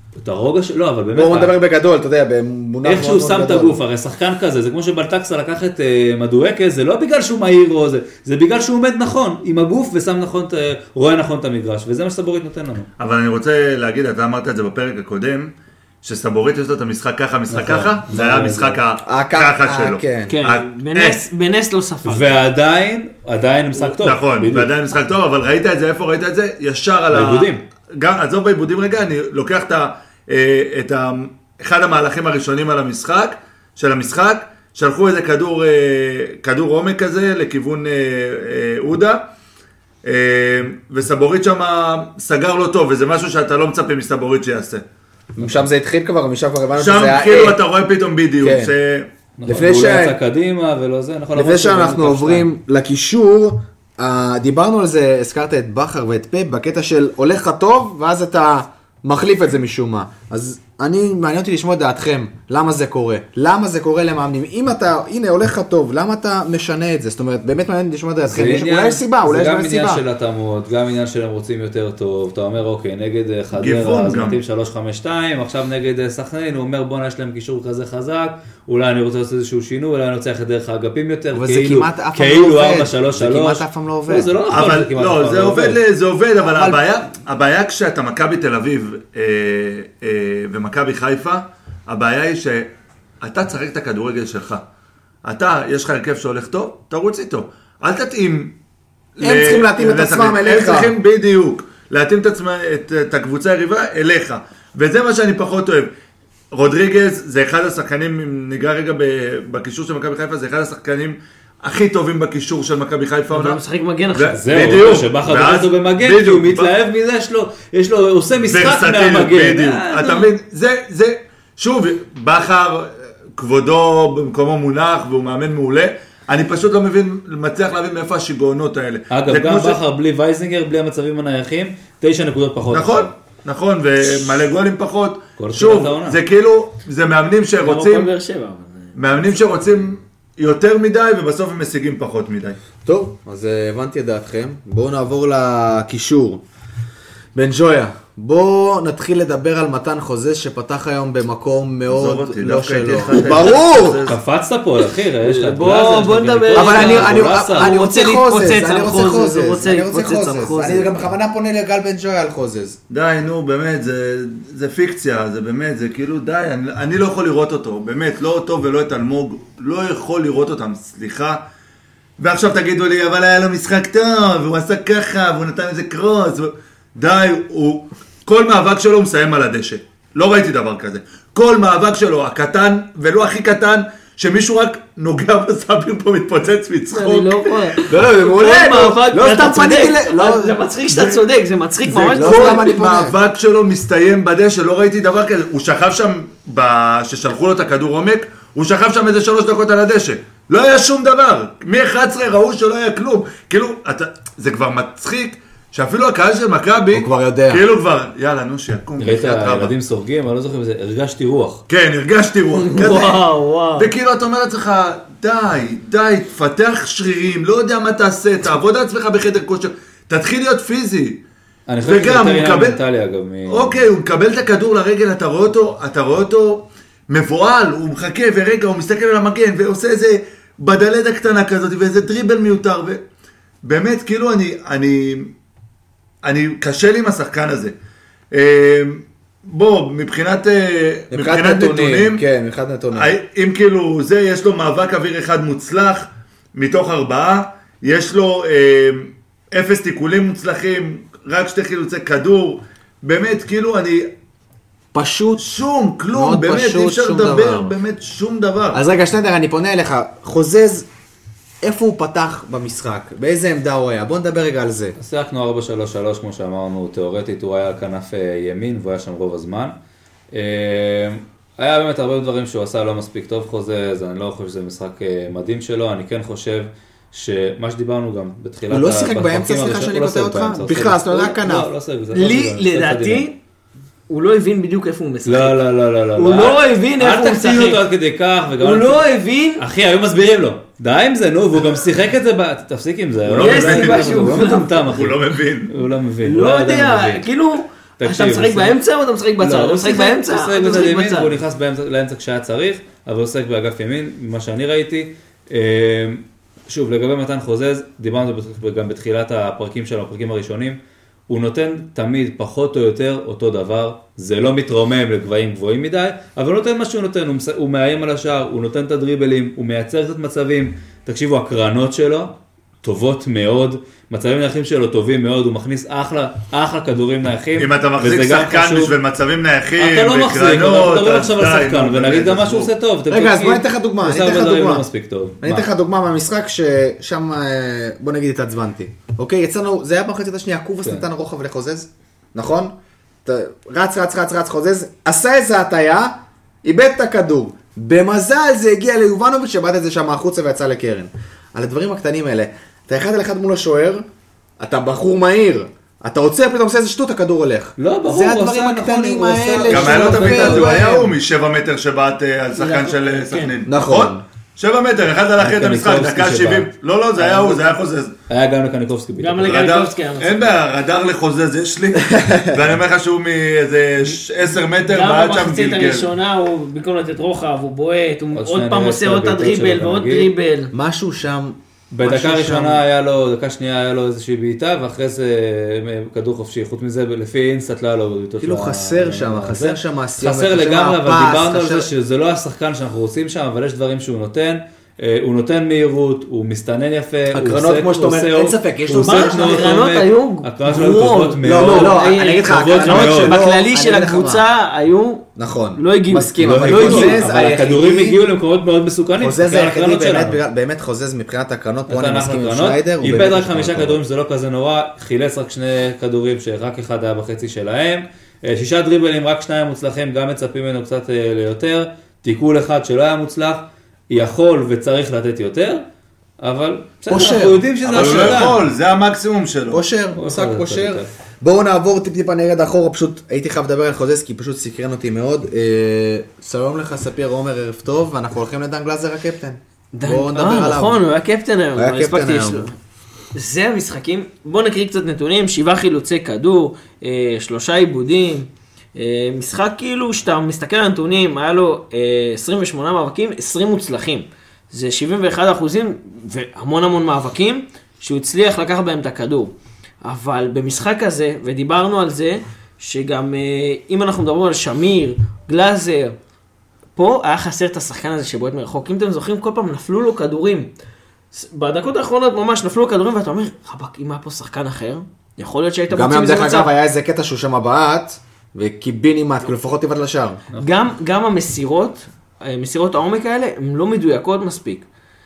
את הרוגע שלו, לא, אבל באמת... בואו נדבר בגדול, אתה יודע, במונח איך שהוא שם את הגוף, הרי שחקן כזה, זה כמו שבלטקסה לקח את מדואקה, זה לא בגלל שהוא מהיר או זה, זה בגלל שהוא עומד נכון, עם הגוף ושם נכון, רואה נכון את המגרש, וזה מה שסבורית נותן לנו. אבל אני רוצה להגיד, אתה אמרת את זה בפרק הקודם, שסבורית יש לו את המשחק ככה, משחק ככה, זה היה המשחק ככה שלו. כן, בנס לא ספר. ועדיין, עדיין משחק טוב. נכון, ועדיין משחק טוב, אבל ראית את זה, איפה ראית את זה? ישר על ה... בעיבודים. עזוב בעיבודים רגע, אני לוקח את ה... את ה... אחד המהלכים הראשונים על המשחק, של המשחק, שלחו איזה כדור, כדור עומק כזה לכיוון אודה, וסבורית שם סגר לו טוב, וזה משהו שאתה לא מצפה מסבורית שיעשה. משם זה התחיל כבר, ומשם כבר הבנו שזה היה... שם כאילו אתה רואה פתאום בדיוק, ש... לפני ש... יצא קדימה ולא זה, לפני שאנחנו עוברים לקישור, דיברנו על זה, הזכרת את בכר ואת פפ, בקטע של הולך לך טוב, ואז אתה מחליף את זה משום מה. אז אני, מעניין אותי לשמוע את דעתכם, למה זה קורה? למה זה קורה למאמנים? אם אתה, הנה, הולך לך טוב, למה אתה משנה את זה? זאת אומרת, באמת מעניין אותי לשמוע את דעתכם. אולי יש סיבה, אולי יש סיבה. זה גם עניין של התאמות, גם עניין של הם רוצים יותר טוב. אתה אומר, אוקיי, נגד חדרה, אז מתאים שלוש חמש שתיים, עכשיו נגד סכנין, הוא אומר, בוא נש להם קישור כזה חזק, אולי אני רוצה לעשות איזשהו שינוי, אולי אני רוצה ללכת דרך האגפים יותר, כאילו ארבע שלוש שלוש. זה כמעט אף פעם לא עובד. זה לא נכון, זה כמעט לא, זה עובד, זה עובד, אבל הבעיה, הבעיה כשאתה מכבי תל אביב ומכבי חיפה, הבעיה היא שאתה צריך את הכדורגל שלך. אתה, יש לך הרכב שהולך טוב, תרוץ איתו. אל תתאים. הם צריכים להתאים את עצמם אליך. הם צריכים בדיוק להתאים את הקבוצה היריבה אליך. וזה מה שאני פחות אוהב. רודריגז זה אחד השחקנים, אם ניגע רגע בקישור של מכבי חיפה, זה אחד השחקנים הכי טובים בקישור של מכבי חיפה. הוא משחק מגן עכשיו. זהו, שבחר דובר אותו במגן, כי הוא מתלהב מזה, יש לו, הוא עושה משחק מהמגן. בדיוק, אתה מבין, זה, שוב, בחר כבודו במקומו מונח, והוא מאמן מעולה, אני פשוט לא מבין, מצליח להבין מאיפה השיגעונות האלה. אגב, גם בחר בלי וייזינגר, בלי המצבים הנייחים, תשע נקודות פחות. נכון, נכון, ומלא גולים פחות. שוב, זה כאילו, זה מאמנים שרוצים, מאמנים שרוצים יותר מדי, ובסוף הם משיגים פחות מדי. טוב, אז הבנתי את דעתכם. בואו נעבור לקישור. בן ג'ויה, בואו נתחיל לדבר על מתן חוזז שפתח היום במקום מאוד לא שלו. ברור! קפצת פה, אחי, יש לך בוא, בוא נדבר. אבל אני רוצה חוזז, אני רוצה חוזז, חוזז, רוצה להתפוצץ על חוזז. אני גם בכוונה פונה לגל בן ג'ויה על חוזז. די, נו, באמת, זה פיקציה, זה באמת, זה כאילו, די, אני לא יכול לראות אותו, באמת, לא אותו ולא את אלמוג, לא יכול לראות אותם, סליחה. ועכשיו תגידו לי, אבל היה לו משחק טוב, והוא עשה ככה, והוא נתן איזה קרוס, די, הוא, כל מאבק שלו הוא מסיים על הדשא. לא ראיתי דבר כזה. כל מאבק שלו, הקטן, ולא הכי קטן, שמישהו רק נוגע בסביר פה מתפוצץ מצחוק. אני לא יכול. לא, לא, זה מעולה. לא סתם פניתי ל... זה מצחיק שאתה צודק, זה מצחיק ממש. כל מאבק שלו מסתיים בדשא, לא ראיתי דבר כזה. הוא שכב שם, ששלחו לו את הכדור עומק, הוא שכב שם איזה שלוש דקות על הדשא. לא היה שום דבר. מ-אחת עשרה ראו שלא היה כלום. כאילו, זה כבר מצחיק. שאפילו הקהל של מכבי, הוא כבר יודע. כאילו כבר, יאללה, נו שיקום. ראית הילדים סורגים, אבל לא זוכר בזה, הרגשתי רוח. כן, הרגשתי רוח. וואו, וואו. וכאילו אתה אומר לעצמך, די, די, תפתח שרירים, לא יודע מה תעשה, תעבוד על עצמך בחדר כושר, תתחיל להיות פיזי. אני חושב שזה יותר עניין מנטלי אגב. אוקיי, הוא מקבל את הכדור לרגל, אתה רואה אותו, אתה רואה אותו מבועל, הוא מחכה ורגע, הוא מסתכל על המגן, ועושה איזה בדלדה קטנה כזאת, ואיזה דריבל מיותר, ובאמת, כאילו אני, אני... אני קשה לי עם השחקן הזה. בוא, מבחינת, מבחינת נתונים, כן, מבחינת נתונים. אם כאילו זה, יש לו מאבק אוויר אחד מוצלח, מתוך ארבעה, יש לו אפס תיקולים מוצלחים, רק שתי חילוצי כדור, באמת, כאילו אני... פשוט. שום, כלום, באמת, אי אפשר לדבר, באמת, שום דבר. אז רגע, שנדר, אני פונה אליך, חוזז, איפה הוא פתח במשחק? באיזה עמדה הוא היה? בוא נדבר רגע על זה. שיחקנו ארבע שלוש שלוש, כמו שאמרנו, תיאורטית, הוא היה כנף ימין, והוא היה שם רוב הזמן. היה באמת הרבה דברים שהוא עשה לא מספיק טוב חוזז, אני לא חושב שזה משחק מדהים שלו, אני כן חושב שמה שדיברנו גם בתחילת... הוא לא שיחק באמצע, סליחה שאני קוטע אותך? בכלל, אז אתה יודע כנף. לי, לדעתי, הוא לא הבין בדיוק איפה הוא משחק. לא, לא, לא, לא. הוא לא הבין איפה הוא משחק. אל תקציב אותו עד כדי כך. הוא לא הבין. אחי, היו מסבירים לו. די עם זה, נו, והוא גם שיחק את זה, תפסיק עם זה. הוא לא מבין. הוא לא מטומטם, אחי. הוא לא מבין. הוא לא מבין. לא יודע, כאילו, אתה משחק באמצע או אתה משחק בצד? אתה משחק באמצע? הוא משחק בצד ימין והוא נכנס לאמצע כשהיה צריך, אבל הוא משחק באגף ימין, ממה שאני ראיתי. שוב, לגבי מתן חוזז, דיברנו גם בתחילת הפרקים שלו, הפרקים הראשונים, הוא נותן תמיד פחות או יותר אותו דבר, זה לא מתרומם לגבהים גבוהים מדי, אבל הוא נותן מה שהוא נותן, הוא, הוא מאיים על השער, הוא נותן את הדריבלים, הוא מייצר קצת מצבים, תקשיבו, הקרנות שלו טובות מאוד, מצבים נייחים שלו טובים מאוד, הוא מכניס אחלה, אחלה כדורים נייחים. אם אתה מחזיק שחקן בשביל מצבים נייחים, אתה לא מחזיק, אתה מדבר עכשיו על שחקן, ונגיד גם מה שהוא עושה טוב. רגע, אז בוא ניתן לך דוגמה, אני אתן לך דוגמה. אני אתן לך דוגמה מהמשחק ששם, בוא נגיד, התעצבנתי. אוקיי, יצאנו, זה היה במחצית השנייה, קובס נתן רוחב לחוזז, נכון? רץ, רץ, רץ, רץ, חוזז, עשה איזה הטיה, איבד את הכדור. במזל זה הגיע ליובנוביץ' שבאת את זה שם החוצה ויצא לקרן. על הדברים הקטנים האלה, אתה אחד על אחד מול השוער, אתה בחור מהיר, אתה עוצר, פתאום עושה איזה שטות, הכדור הולך. לא, ברור, זה הדברים הקטנים האלה. גם היה לו תמיד הזה, הוא היה הוא משבע מטר שבאת על שחקן של סכנין. נכון. שבע מטר, אחד על אחרי את המשחק, דקה שבעים. לא, לא, זה היה הוא, זה היה חוזז. היה גם לקניקובסקי. גם לקניקובסקי. אין בעיה, רדאר לחוזז יש לי, ואני אומר לך שהוא מאיזה עשר מטר, גם במחצית הראשונה הוא, במקום לתת רוחב, הוא בועט, הוא עוד פעם עושה עוד דריבל ועוד דריבל. משהו שם... בדקה ראשונה היה לו, דקה שנייה היה לו איזושהי בעיטה, ואחרי זה כדור חופשי. חוץ מזה, לפי אינסטאט לא היה לו בעיטות. כאילו חסר שם, חסר שם הסיום. חסר לגמרי, אבל דיברנו על זה שזה לא השחקן שאנחנו רוצים שם, אבל יש דברים שהוא נותן. הוא נותן מהירות, הוא מסתנן יפה, הקרנות כמו שאתה אומר, אין ספק, יש לו מה, הקרנות היו גרועות. לא, לא, אני אגיד לך, הקרנות בכללי של הקבוצה היו, נכון, לא הגיעו. מסכים, אבל הכדורים הגיעו למקומות מאוד מסוכנים. חוזז היחידי, באמת חוזז מבחינת הקרנות, פה אני מסכים עם שניידר. איבד רק חמישה כדורים, שזה לא כזה נורא, חילץ רק שני כדורים, שרק אחד היה בחצי שלהם. שישה דריבלים, רק שניים מוצלחים, גם מצפים ממנו קצת ליותר. תיקול אחד שלא היה מוצלח. יכול וצריך לתת יותר, אבל אנחנו יודעים שזה השאלה. אבל הוא לא יכול, זה המקסימום שלו. פושר, משחק פושר. בואו נעבור טיפ-טיפה נרד אחורה, פשוט הייתי חייב לדבר על חוזז, כי פשוט סקרן אותי מאוד. שלום לך, ספיר עומר, ערב טוב, ואנחנו הולכים לדן גלזר הקפטן. בואו נדבר עליו. נכון, הוא היה קפטן היום. הוא היה קפטן היום. זה המשחקים, בואו נקריא קצת נתונים, שבעה חילוצי כדור, שלושה עיבודים. משחק כאילו שאתה מסתכל על הנתונים, היה לו עשרים ושמונה מאבקים, עשרים מוצלחים. זה שבעים ואחד אחוזים והמון המון מאבקים שהוא הצליח לקח בהם את הכדור. אבל במשחק הזה, ודיברנו על זה, שגם אם אנחנו מדברים על שמיר, גלאזר, פה היה חסר את השחקן הזה שבועט מרחוק. אם אתם זוכרים, כל פעם נפלו לו כדורים. בדקות האחרונות ממש נפלו לו כדורים, ואתה אומר, רבק, אם היה פה שחקן אחר, יכול להיות שהיית מוצאים מזה מצב. גם דרך אגב היה איזה קטע שהוא שם בעט, וקיבינימט, כאילו לפחות תיבד לשער. גם, גם המסירות, מסירות העומק האלה, הן לא מדויקות מספיק.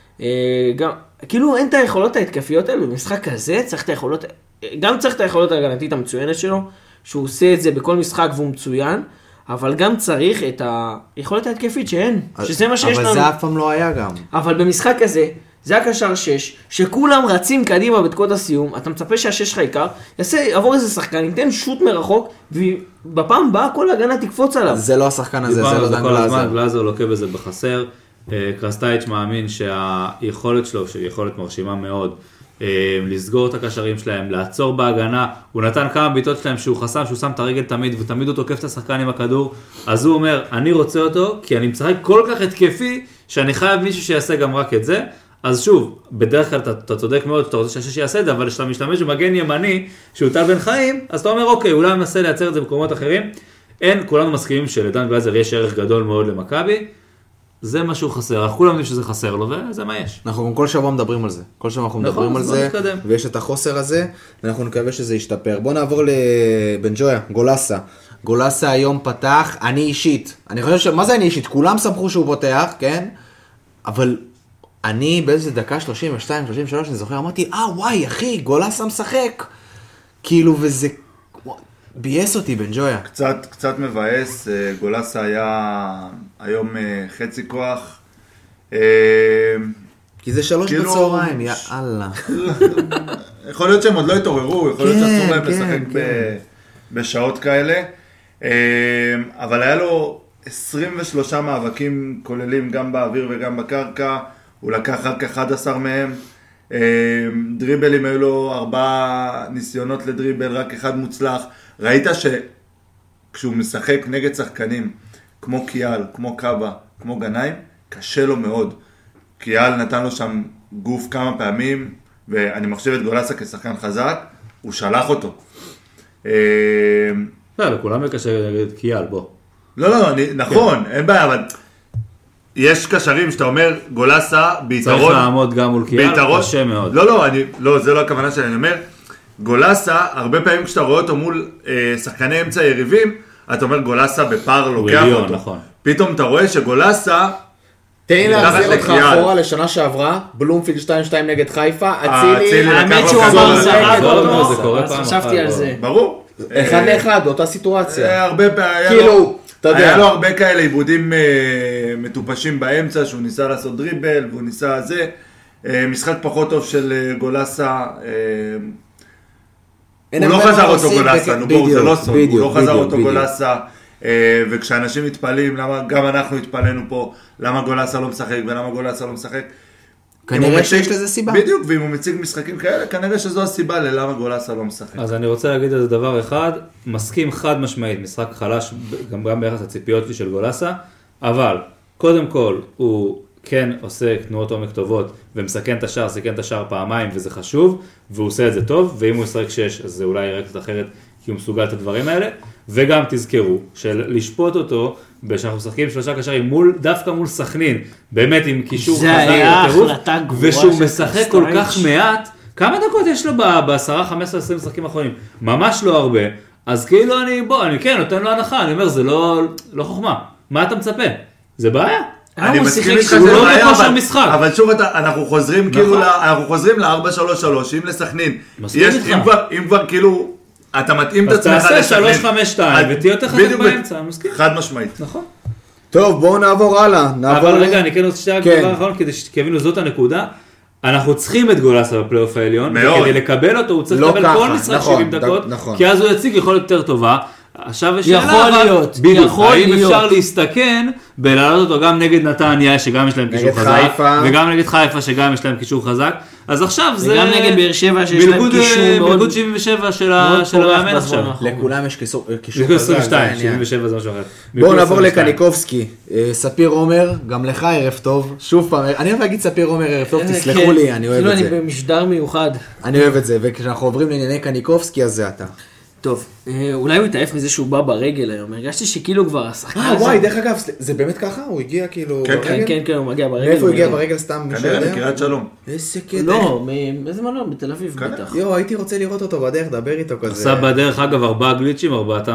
גם, כאילו אין את היכולות ההתקפיות האלה, במשחק הזה צריך את היכולות, גם צריך את היכולות ההגנתית המצוינת שלו, שהוא עושה את זה בכל משחק והוא מצוין, אבל גם צריך את היכולת ההתקפית שאין, שזה מה שיש לנו. אבל זה אף פעם לא היה גם. אבל במשחק הזה, זה הקשר שש, שכולם רצים קדימה בתקות הסיום, אתה מצפה שהשש שלך עיקר, יעבור איזה שחקן, ייתן שוט מרחוק, ובפעם הבאה כל ההגנה תקפוץ עליו. זה לא השחקן הזה, זה לא דן גלאזר. גלאזר לוקה בזה בחסר, קרסטייץ' מאמין שהיכולת שלו, שהיא יכולת מרשימה מאוד, לסגור את הקשרים שלהם, לעצור בהגנה, הוא נתן כמה ביטות שלהם שהוא חסם, שהוא שם את הרגל תמיד, ותמיד הוא תוקף את השחקן עם הכדור, אז הוא אומר, אני רוצה אותו, כי אני משחק כל כך התקפי, שאני חייב מישהו שיעשה גם רק את זה, אז שוב, בדרך כלל אתה, אתה צודק מאוד, אתה רוצה שהשש יעשה את זה, אבל כשאתה משתמש במגן ימני, שהוא טל בן חיים, אז אתה אומר, אוקיי, אולי מנסה לייצר את זה במקומות אחרים. אין, כולנו מסכימים שלדן גלאזר יש ערך גדול מאוד למכבי, זה משהו חסר, אנחנו כולם יודעים שזה חסר לו, וזה מה יש. אנחנו גם כל שבוע מדברים על זה, כל שבוע אנחנו מדברים נכון, על זה, נתקדם. ויש את החוסר הזה, ואנחנו נקווה שזה ישתפר. בואו נעבור לבן ג'ויה, גולסה. גולסה היום פתח, אני אישית, אני חושב ש... מה זה אני אישית? כולם סמכו שהוא פותח, כן? אבל... אני באיזה דקה שלושים ושתיים שלושים ושלוש, אני זוכר, אמרתי, אה וואי אחי, גולסה משחק. כאילו, וזה בייס אותי בן ג'ויה. קצת, קצת מבאס, גולסה היה היום חצי כוח. כי זה שלוש בצהריים, יאללה. יכול להיות שהם עוד לא התעוררו, יכול להיות שאסור להם לשחק בשעות כאלה. אבל היה לו עשרים ושלושה מאבקים כוללים גם באוויר וגם בקרקע. הוא לקח רק אחד עשר מהם, דריבלים היו לו ארבעה ניסיונות לדריבל, רק אחד מוצלח. ראית כשהוא משחק נגד שחקנים כמו קיאל, כמו קאבה, כמו גנאים, קשה לו מאוד. קיאל נתן לו שם גוף כמה פעמים, ואני מחשב את גולסה כשחקן חזק, הוא שלח אותו. לא, לכולם קשה נגד קיאל, בוא. לא, לא, נכון, אין בעיה, אבל יש קשרים שאתה אומר, גולסה ביתרון... צריך לעמוד גם מול קיאל, קשה מאוד. לא, לא, לא, זה לא הכוונה שלי, אני אומר, גולסה, הרבה פעמים כשאתה רואה אותו מול שחקני אמצע יריבים, אתה אומר, גולסה בפער לוקח אותו. נכון. פתאום אתה רואה שגולסה... תן לי להחזיר אותך אחורה לשנה שעברה, בלומפילד שתיים שתיים נגד חיפה, אצילי, האמת שהוא אמר זרק אותו, אז חשבתי על זה. ברור. אחד לאחד, באותה סיטואציה. הרבה פעמים, כאילו, אתה יודע. היה לו הרבה כאלה עיבודים מטופשים באמצע, שהוא ניסה לעשות דריבל, והוא ניסה זה. משחק פחות טוב של גולסה, הוא לא חזר אותו גולסה, זה לא סוד, הוא לא חזר אותו גולסה. וכשאנשים מתפעלים, למה גם אנחנו התפעלנו פה, למה גולסה לא משחק ולמה גולסה לא משחק. כנראה שיש לזה סיבה. בדיוק, ואם הוא מציג משחקים כאלה, כנראה שזו הסיבה ללמה גולסה לא משחק. אז אני רוצה להגיד איזה דבר אחד, מסכים חד משמעית, משחק חלש גם, גם ביחס לציפיות של גולסה, אבל קודם כל הוא כן עושה תנועות עומק טובות ומסכן את השער, סיכן את השער פעמיים וזה חשוב, והוא עושה את זה טוב, ואם הוא ישחק שש אז זה אולי יראה קצת אחרת כי הוא מסוגל את הדברים האלה, וגם תזכרו של לשפוט אותו שאנחנו משחקים שלושה קשרים מול, דווקא מול סכנין, באמת עם קישור חזק וטירוף, ושהוא משחק כל כך מעט, כמה דקות יש לו ב-עשר, חמש עשרה, עשרים משחקים האחרונים? ממש לא הרבה, אז כאילו אני, בוא, אני כן, נותן לו הנחה, אני אומר, זה לא, לא חוכמה, מה אתה מצפה? זה בעיה. אני מסכים איתך שהוא שזה לא בעיה, בכושר אבל, משחק. אבל שוב אתה, אנחנו חוזרים כאילו, אנחנו חוזרים ל-ארבע שלוש שלוש, אם לסכנין, יש, אם כבר, אם כבר כאילו, אתה מתאים את עצמך לסכנין. אז תעשה שלוש חמש שתיים ותהיה יותר חזק באמצע, אני מסכים. חד משמעית. נכון. טוב, בואו נעבור הלאה. אבל רגע, אני כן רוצה שתהיה דבר אחרון, כדי שתבינו זאת הנקודה. אנחנו צריכים את גולסה בפלייאוף העליון, וכדי לקבל אותו הוא צריך לקבל כל משחק שבעים דקות, כי אז הוא יציג יכולת יותר טובה. עכשיו יש שאלה, להיות, בדיוק, האם אפשר להסתכן בלעלות אותו גם נגד נתניה שגם יש להם קישור חזק, וגם נגד חיפה שגם יש להם קישור חזק, אז עכשיו זה... וגם נגד באר שבע שיש להם קישור מאוד... בלגוד שבעים ושבע של המאמן עכשיו. לכולם יש קישור חזק. עשרים ושתיים, שבעים ושבע זה משהו אחר. בואו נעבור לקניקובסקי. ספיר עומר, גם לך ערב טוב. שוב פעם, אני אוהב להגיד ספיר עומר ערב טוב, תסלחו לי, אני אוהב את זה. אני במשדר מיוחד. אני אוהב את זה, וכשאנחנו עוברים לענייני קניקובסקי, אז זה אתה. טוב, אולי הוא התעייף מזה שהוא בא ברגל היום, הרגשתי שכאילו כבר השחקן הזה... אה וואי, דרך אגב, זה באמת ככה? הוא הגיע כאילו ברגל? כן, כן, כן, הוא מגיע ברגל. מאיפה הוא הגיע ברגל סתם? כנראה מקריית שלום. איזה קטע. לא, מאיזה מלון? בתל אביב בטח. יו, הייתי רוצה לראות אותו בדרך, דבר איתו כזה. עשה בדרך אגב ארבעה גליצ'ים, ארבעתם...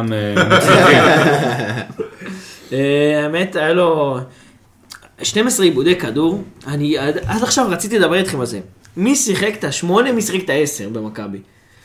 האמת, היה לו שנים עשר עיבודי כדור, אני עד עכשיו רציתי לדבר איתכם על זה. מי שיחק את השמונה, מי שיחק את העשר במכבי?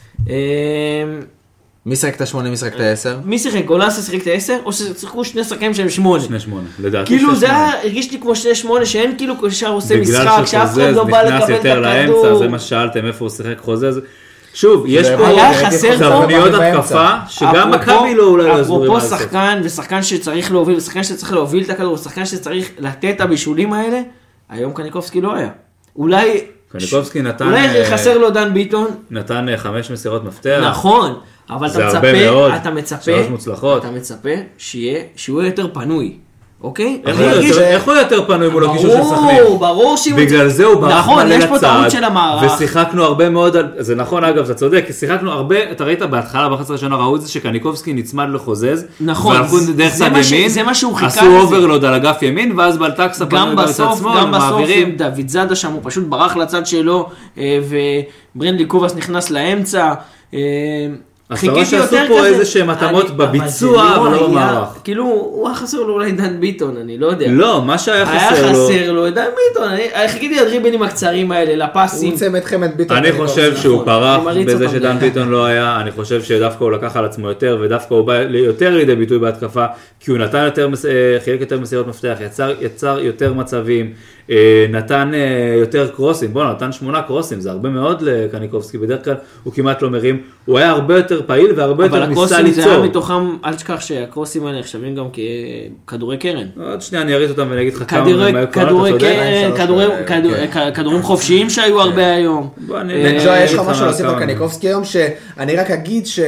מי שיחק את השמונה, מי שיחק את העשר? מי שיחק? גולסה שיחק את העשר, או ששיחקו שני שחקנים שהם שמונה? שני שמונה, לדעתי. כאילו זה הרגיש לי כמו שני שמונה, שאין כאילו כשאר עושה משחק, שאף אחד לא בא לקבל את הכדור. בגלל שחוזז נכנס יותר לאמצע, זה מה ששאלתם, איפה הוא שיחק חוזז. שוב, יש פה תבניות התקפה, שגם מכבי לא אולי לעזור. אפרופו שחקן, ושחקן שצריך להוביל, ושחקן שצריך להוביל את הכדור, ושחקן שצריך לתת את הבישולים האלה, היום קניקובסקי לא היה. אולי... קניקובסקי נתן... אולי חסר לו דן ביטון. נתן חמש מסירות מפתח. נכון, אבל אתה מצפה, אתה מצפה, שלוש מוצלחות. אתה מצפה שיהיה, שהוא יהיה יותר פנוי. אוקיי? איך הוא יותר פנוי מול הקישור של סכנין? ברור, ברור שהוא... בגלל זה הוא ברח מלא לצד, המערך. ושיחקנו הרבה מאוד, זה נכון אגב, אתה צודק, כי שיחקנו הרבה, אתה ראית בהתחלה, בחצי ראשונה ראו את זה שקניקובסקי נצמד לחוזז, נכון, זה מה שהוא חיכה לזה. עשו אוברלוד על אגף ימין, ואז בלטקסה פנו גם בצד שמאל, גם בסוף עם דוד זאדה שם, הוא פשוט ברח לצד שלו, וברנדלי קובס נכנס לאמצע, אז אתה רואה שעשו פה איזה שהם התאמות בביצוע, אבל לא במערך. כאילו, הוא היה חסר לו אולי דן ביטון, אני לא יודע. לא, מה שהיה חסר לו... היה חסר לו דן ביטון, אני חיכיתי לדריבלים הקצרים האלה, לפסים. הוא צמד חמד ביטון. אני חושב שהוא פרח בזה שדן ביטון לא היה, אני חושב שדווקא הוא לקח על עצמו יותר, ודווקא הוא בא יותר לידי ביטוי בהתקפה, כי הוא נתן יותר, חילק יותר מסירות מפתח, יצר יותר מצבים, נתן יותר קרוסים, בוא נתן שמונה קרוסים, זה הרבה מאוד לקניקובסקי, בדרך כלל הוא כמעט לא מרים, הוא היה הרבה יותר פעיל והרבה יותר ניסה ליצור. אבל הקרוסים זה היה מתוכם, אל תשכח שהקרוסים האלה נחשבים גם ככדורי קרן. עוד שנייה אני אריץ אותם ואני אגיד לך כמה כדורי קרן, כדורים חופשיים שהיו הרבה היום. יש לך משהו להוסיף על קניקובסקי היום, שאני רק אגיד ש...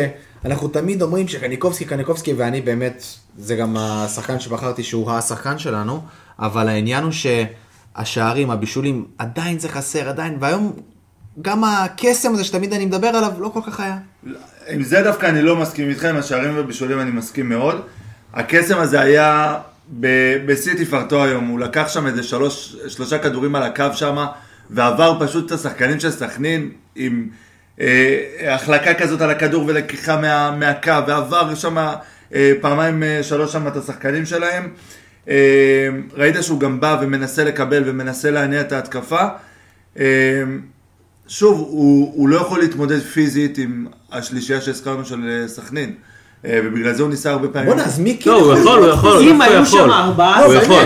אנחנו תמיד אומרים שקניקובסקי, קניקובסקי, ואני באמת, זה גם השחקן שבחרתי שהוא השחקן שלנו, אבל העניין הוא שהשערים, הבישולים, עדיין זה חסר, עדיין, והיום גם הקסם הזה שתמיד אני מדבר עליו לא כל כך היה. עם זה דווקא אני לא מסכים איתכם, השערים ובישולים אני מסכים מאוד. הקסם הזה היה בשיא תפארתו היום, הוא לקח שם איזה שלוש, שלושה כדורים על הקו שם, ועבר פשוט את השחקנים של סכנין עם אה, החלקה כזאת על הכדור ולקיחה מה, מהקו, ועבר שם אה, פעמיים אה, שלוש שם את השחקנים שלהם. אה, ראית שהוא גם בא ומנסה לקבל ומנסה להניע את ההתקפה. אה, שוב, הוא, הוא לא יכול להתמודד פיזית עם השלישייה שהזכרנו של סכנין. ובגלל זה הוא ניסה הרבה פעמים. בוא נעז, מי לא, הוא יכול, הוא יכול. אם היו שם ארבעה,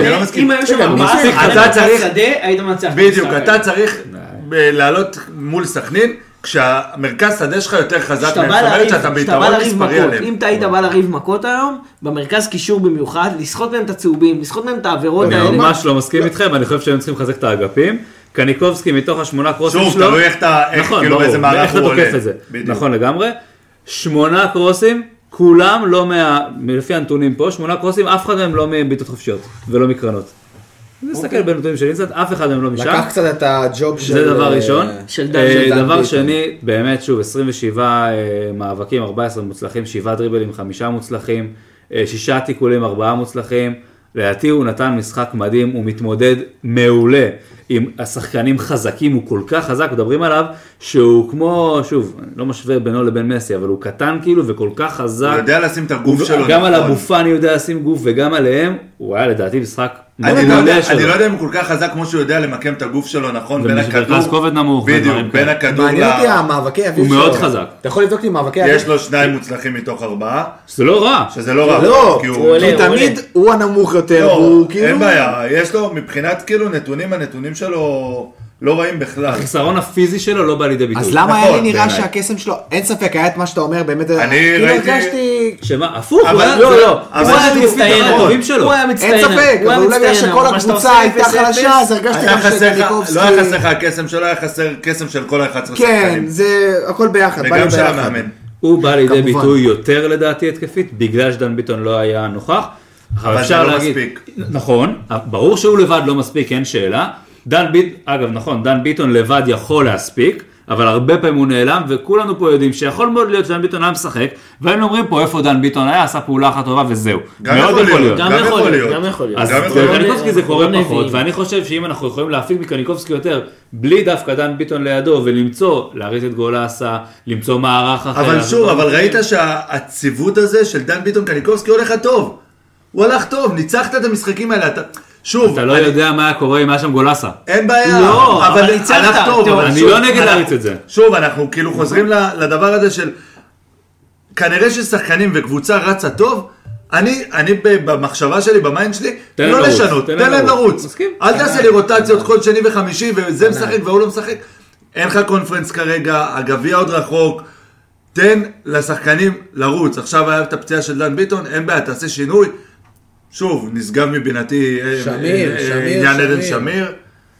אם היו שם ארבעה, אתה צריך, היית מנצח. בדיוק, אתה צריך לעלות מול סכנין, כשהמרכז שדה שלך יותר חזק מהם, שאתה ביתרון מספרי עליהם. אם אתה היית בא לריב מכות היום, במרכז קישור במיוחד, לסחוט מהם את הצהובים, לסחוט מהם את העבירות האלה. אני ממש לא מסכים איתכם, אני חושב שהם צריכים לחזק את האגפים. קניקובסקי מתוך השמונה קרוסים שלו. שוב, תלוי איך אתה, כאילו באיזה מערך הוא עולה. נכון לגמרי. שמונה קרוסים, כולם לא מה... לפי הנתונים פה, שמונה קרוסים, אף אחד מהם לא מבעיטות חופשיות ולא מקרנות. נסתכל בנתונים של אינסטנט, אף אחד מהם לא משם. לקח קצת את הג'וב של... זה דבר ראשון. של דן. דבר שני, באמת שוב, עשרים ושבעה מאבקים, ארבעה עשר מוצלחים, שבעה דריבלים, חמישה מוצלחים, שישה תיקולים, ארבעה מוצלחים. לדעתי הוא נתן משחק מדהים, הוא מתמודד מעולה עם השחקנים חזקים, הוא כל כך חזק, מדברים עליו שהוא כמו, שוב, אני לא משווה בינו לבין מסי, אבל הוא קטן כאילו וכל כך חזק. הוא יודע לשים את הגוף שלו. גם על הבופן הוא יודע לשים גוף וגם עליהם, הוא היה לדעתי משחק אני לא יודע אם הוא כל כך חזק כמו שהוא יודע למקם את הגוף שלו נכון בין הכדור. ומרכז כובד נמוך. בדיוק, בין הכדור. מעניין אותי המאבקי אביב שלו. הוא מאוד חזק. אתה יכול לבדוק לי מאבקי אביב. יש לו שניים מוצלחים מתוך ארבעה. שזה לא רע. שזה לא רע. לא, כי תמיד הוא הנמוך יותר. אין בעיה, יש לו מבחינת כאילו נתונים, הנתונים שלו לא רעים בכלל. החיסרון הפיזי שלו לא בא לידי ביטוי. אז למה היה לי נראה שהקסם שלו, אין ספק, היה את מה שאתה אומר, באמת, אני ראיתי... שמה, הפוך, הוא היה... לא, לא, הוא היה מצטיין הטובים שלו. הוא היה מצטיין. אין ספק, אבל אולי בגלל שכל הקבוצה הייתה חלשה, אז הרגשתי גם שקניקובסקי... לא היה חסר לך הקסם שלו, היה חסר קסם של כל ה-אחד עשר שחקנים. כן, זה הכל ביחד, בא לי וגם של ביחד. המאמן. הוא בא לידי ביטוי יותר לדעתי התקפית, בגלל שדן ביטון לא היה נוכח. אבל זה לא מספיק. נכון, ברור שהוא לבד לא מספיק, אין שאלה. דן ביטון, אגב נכון, דן ביטון לבד יכול להספיק, אבל הרבה פעמים הוא נעלם, וכולנו פה יודעים שיכול מאוד להיות שדן ביטון היה משחק, והיינו אומרים פה איפה דן ביטון היה, עשה פעולה אחת טובה וזהו. גם יכול להיות, גם יכול להיות, גם יכול להיות. אז בקניקובסקי זה קורה פחות, ואני חושב שאם אנחנו יכולים להפיק מקניקובסקי יותר, בלי דווקא דן ביטון לידו, ולמצוא, להריץ את גולסה, למצוא מערך אחר. אבל שוב, אבל ראית שהציוות הזה של דן ביטון קניקובסקי הולך טוב. הוא הלך טוב, ניצחת את המשחקים האלה, אתה... שוב, אתה לא יודע מה קורה אם היה שם גולסה. אין בעיה, לא, אבל ניצחת. אני לא נגד להריץ את זה. שוב, אנחנו כאילו חוזרים לדבר הזה של, כנראה ששחקנים וקבוצה רצה טוב, אני, אני במחשבה שלי, במיינד שלי, לא לשנות, תן להם לרוץ. אל תעשה לי רוטציות כל שני וחמישי, וזה משחק והוא לא משחק. אין לך קונפרנס כרגע, הגביע עוד רחוק, תן לשחקנים לרוץ. עכשיו היה את הפציעה של דן ביטון, אין בעיה, תעשה שינוי. שוב, נשגב מבינתי עניין עדן שמיר.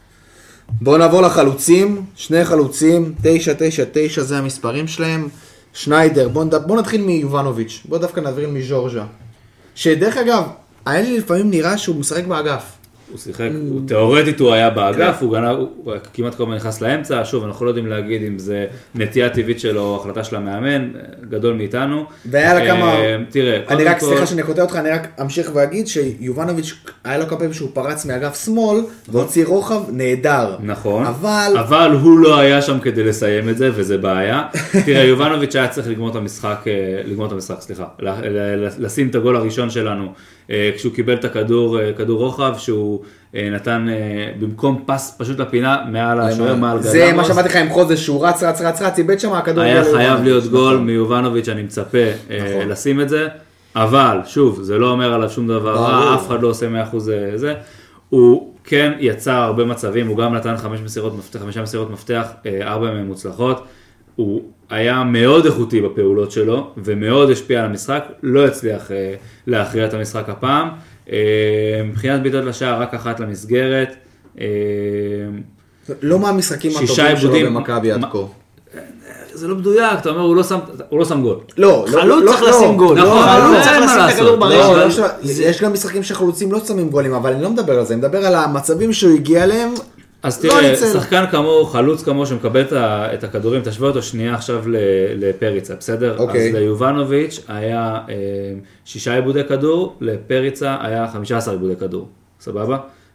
בואו נעבור לחלוצים, שני חלוצים, תשע, תשע, תשע, זה המספרים שלהם. שניידר, בואו בוא נתחיל מיובנוביץ', בואו דווקא נעביר מז'ורג'ה. שדרך אגב, היה לי לפעמים נראה שהוא משחק באגף. הוא שיחק, תיאורטית הוא היה באגף, הוא כמעט כל הזמן נכנס לאמצע, שוב, אנחנו לא יודעים להגיד אם זה נטייה טבעית שלו או החלטה של המאמן, גדול מאיתנו. והיה לה כמה, תראה, אני רק, סליחה שאני קוטע אותך, אני רק אמשיך ואגיד שיובנוביץ' היה לו כמה פעמים שהוא פרץ מאגף שמאל, והוציא רוחב נהדר. נכון, אבל... אבל הוא לא היה שם כדי לסיים את זה, וזה בעיה. תראה, יובנוביץ' היה צריך לגמור את המשחק, לגמור את המשחק, סליחה, לשים את הגול הראשון שלנו. כשהוא קיבל את הכדור, כדור רוחב, שהוא נתן במקום פס פשוט לפינה, מעל השוער, מעל גלמוס. זה מה שאמרתי לך עם חוזש, שהוא רץ, רץ, רץ, רץ, איבד שם הכדור. היה חייב להיות גול מיובנוביץ', אני מצפה לשים את זה, אבל שוב, זה לא אומר עליו שום דבר רע, אף אחד לא עושה מאה אחוז זה. הוא כן יצר הרבה מצבים, הוא גם נתן חמש מסירות מפתח, חמישה מסירות מפתח, ארבע מהם מוצלחות. הוא היה מאוד איכותי בפעולות שלו, ומאוד השפיע על המשחק, לא הצליח אה, להכריע את המשחק הפעם. אה, מבחינת בעיטות לשער, רק אחת למסגרת. אה, לא מהמשחקים הטובים שלו במכבי עד כה. זה לא מדויק, אתה אומר, הוא לא שם, הוא לא שם גול. לא, חלוץ צריך לשים גול. נכון, חלוץ אין צריך מה לשים את לעשות. הכדור לא, ברשת. יש- יש גם משחקים שחלוצים לא שמים גולים, אבל אני לא מדבר על זה, אני מדבר על המצבים שהוא הגיע אליהם. אז לא תראה, ניצל. שחקן כמו, חלוץ כמו שמקבל את ה- את הכדורים, תשווה אותו שנייה עכשיו ל- לפריצה, בסדר? אוקיי. אז ליובנוביץ' היה אה, שישה עיבודי כדור, לפריצה היה חמישה עשר עיבודי כדור, סבבה?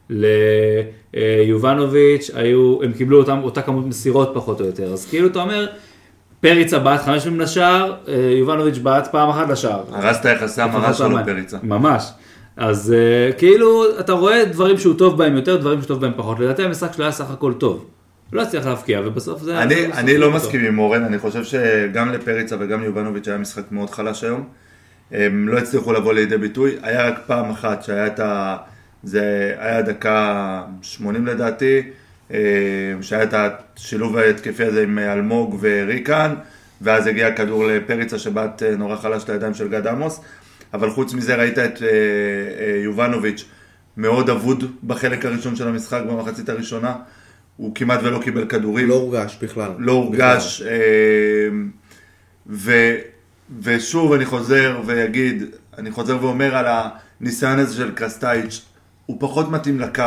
ליובנוביץ' היו, הם קיבלו אותם, אותה כמות מסירות פחות או יותר, אז כאילו אתה אומר, פריצה בעט חמש פעמים לשער, אה, יובנוביץ' בעט פעם אחת לשער. הרס את היחסי המרה שלו פריצה. ממש. אז uh, כאילו, אתה רואה דברים שהוא טוב בהם יותר, דברים שהוא טוב בהם פחות. לדעתי המשחק שלו היה סך הכל טוב. הוא לא הצליח להפקיע, ובסוף זה... אני, זה אני לא טוב. מסכים עם אורן, אני חושב שגם לפריצה וגם ליובנוביץ' היה משחק מאוד חלש היום. הם לא הצליחו לבוא לידי ביטוי, היה רק פעם אחת שהיה את ה... זה היה דקה שמונים לדעתי, שהיה את השילוב ההתקפי הזה עם אלמוג וריקן, ואז הגיע הכדור לפריצה שבאת נורא חלש לידיים של גד עמוס. אבל חוץ מזה ראית את אה, אה, יובנוביץ' מאוד אבוד בחלק הראשון של המשחק במחצית הראשונה. הוא כמעט ולא קיבל כדורים. לא הורגש בכלל. לא הורגש. אה, ו, ושוב אני חוזר ויגיד, אני חוזר ואומר על הניסיון הזה של קרסטייץ', הוא פחות מתאים לקו.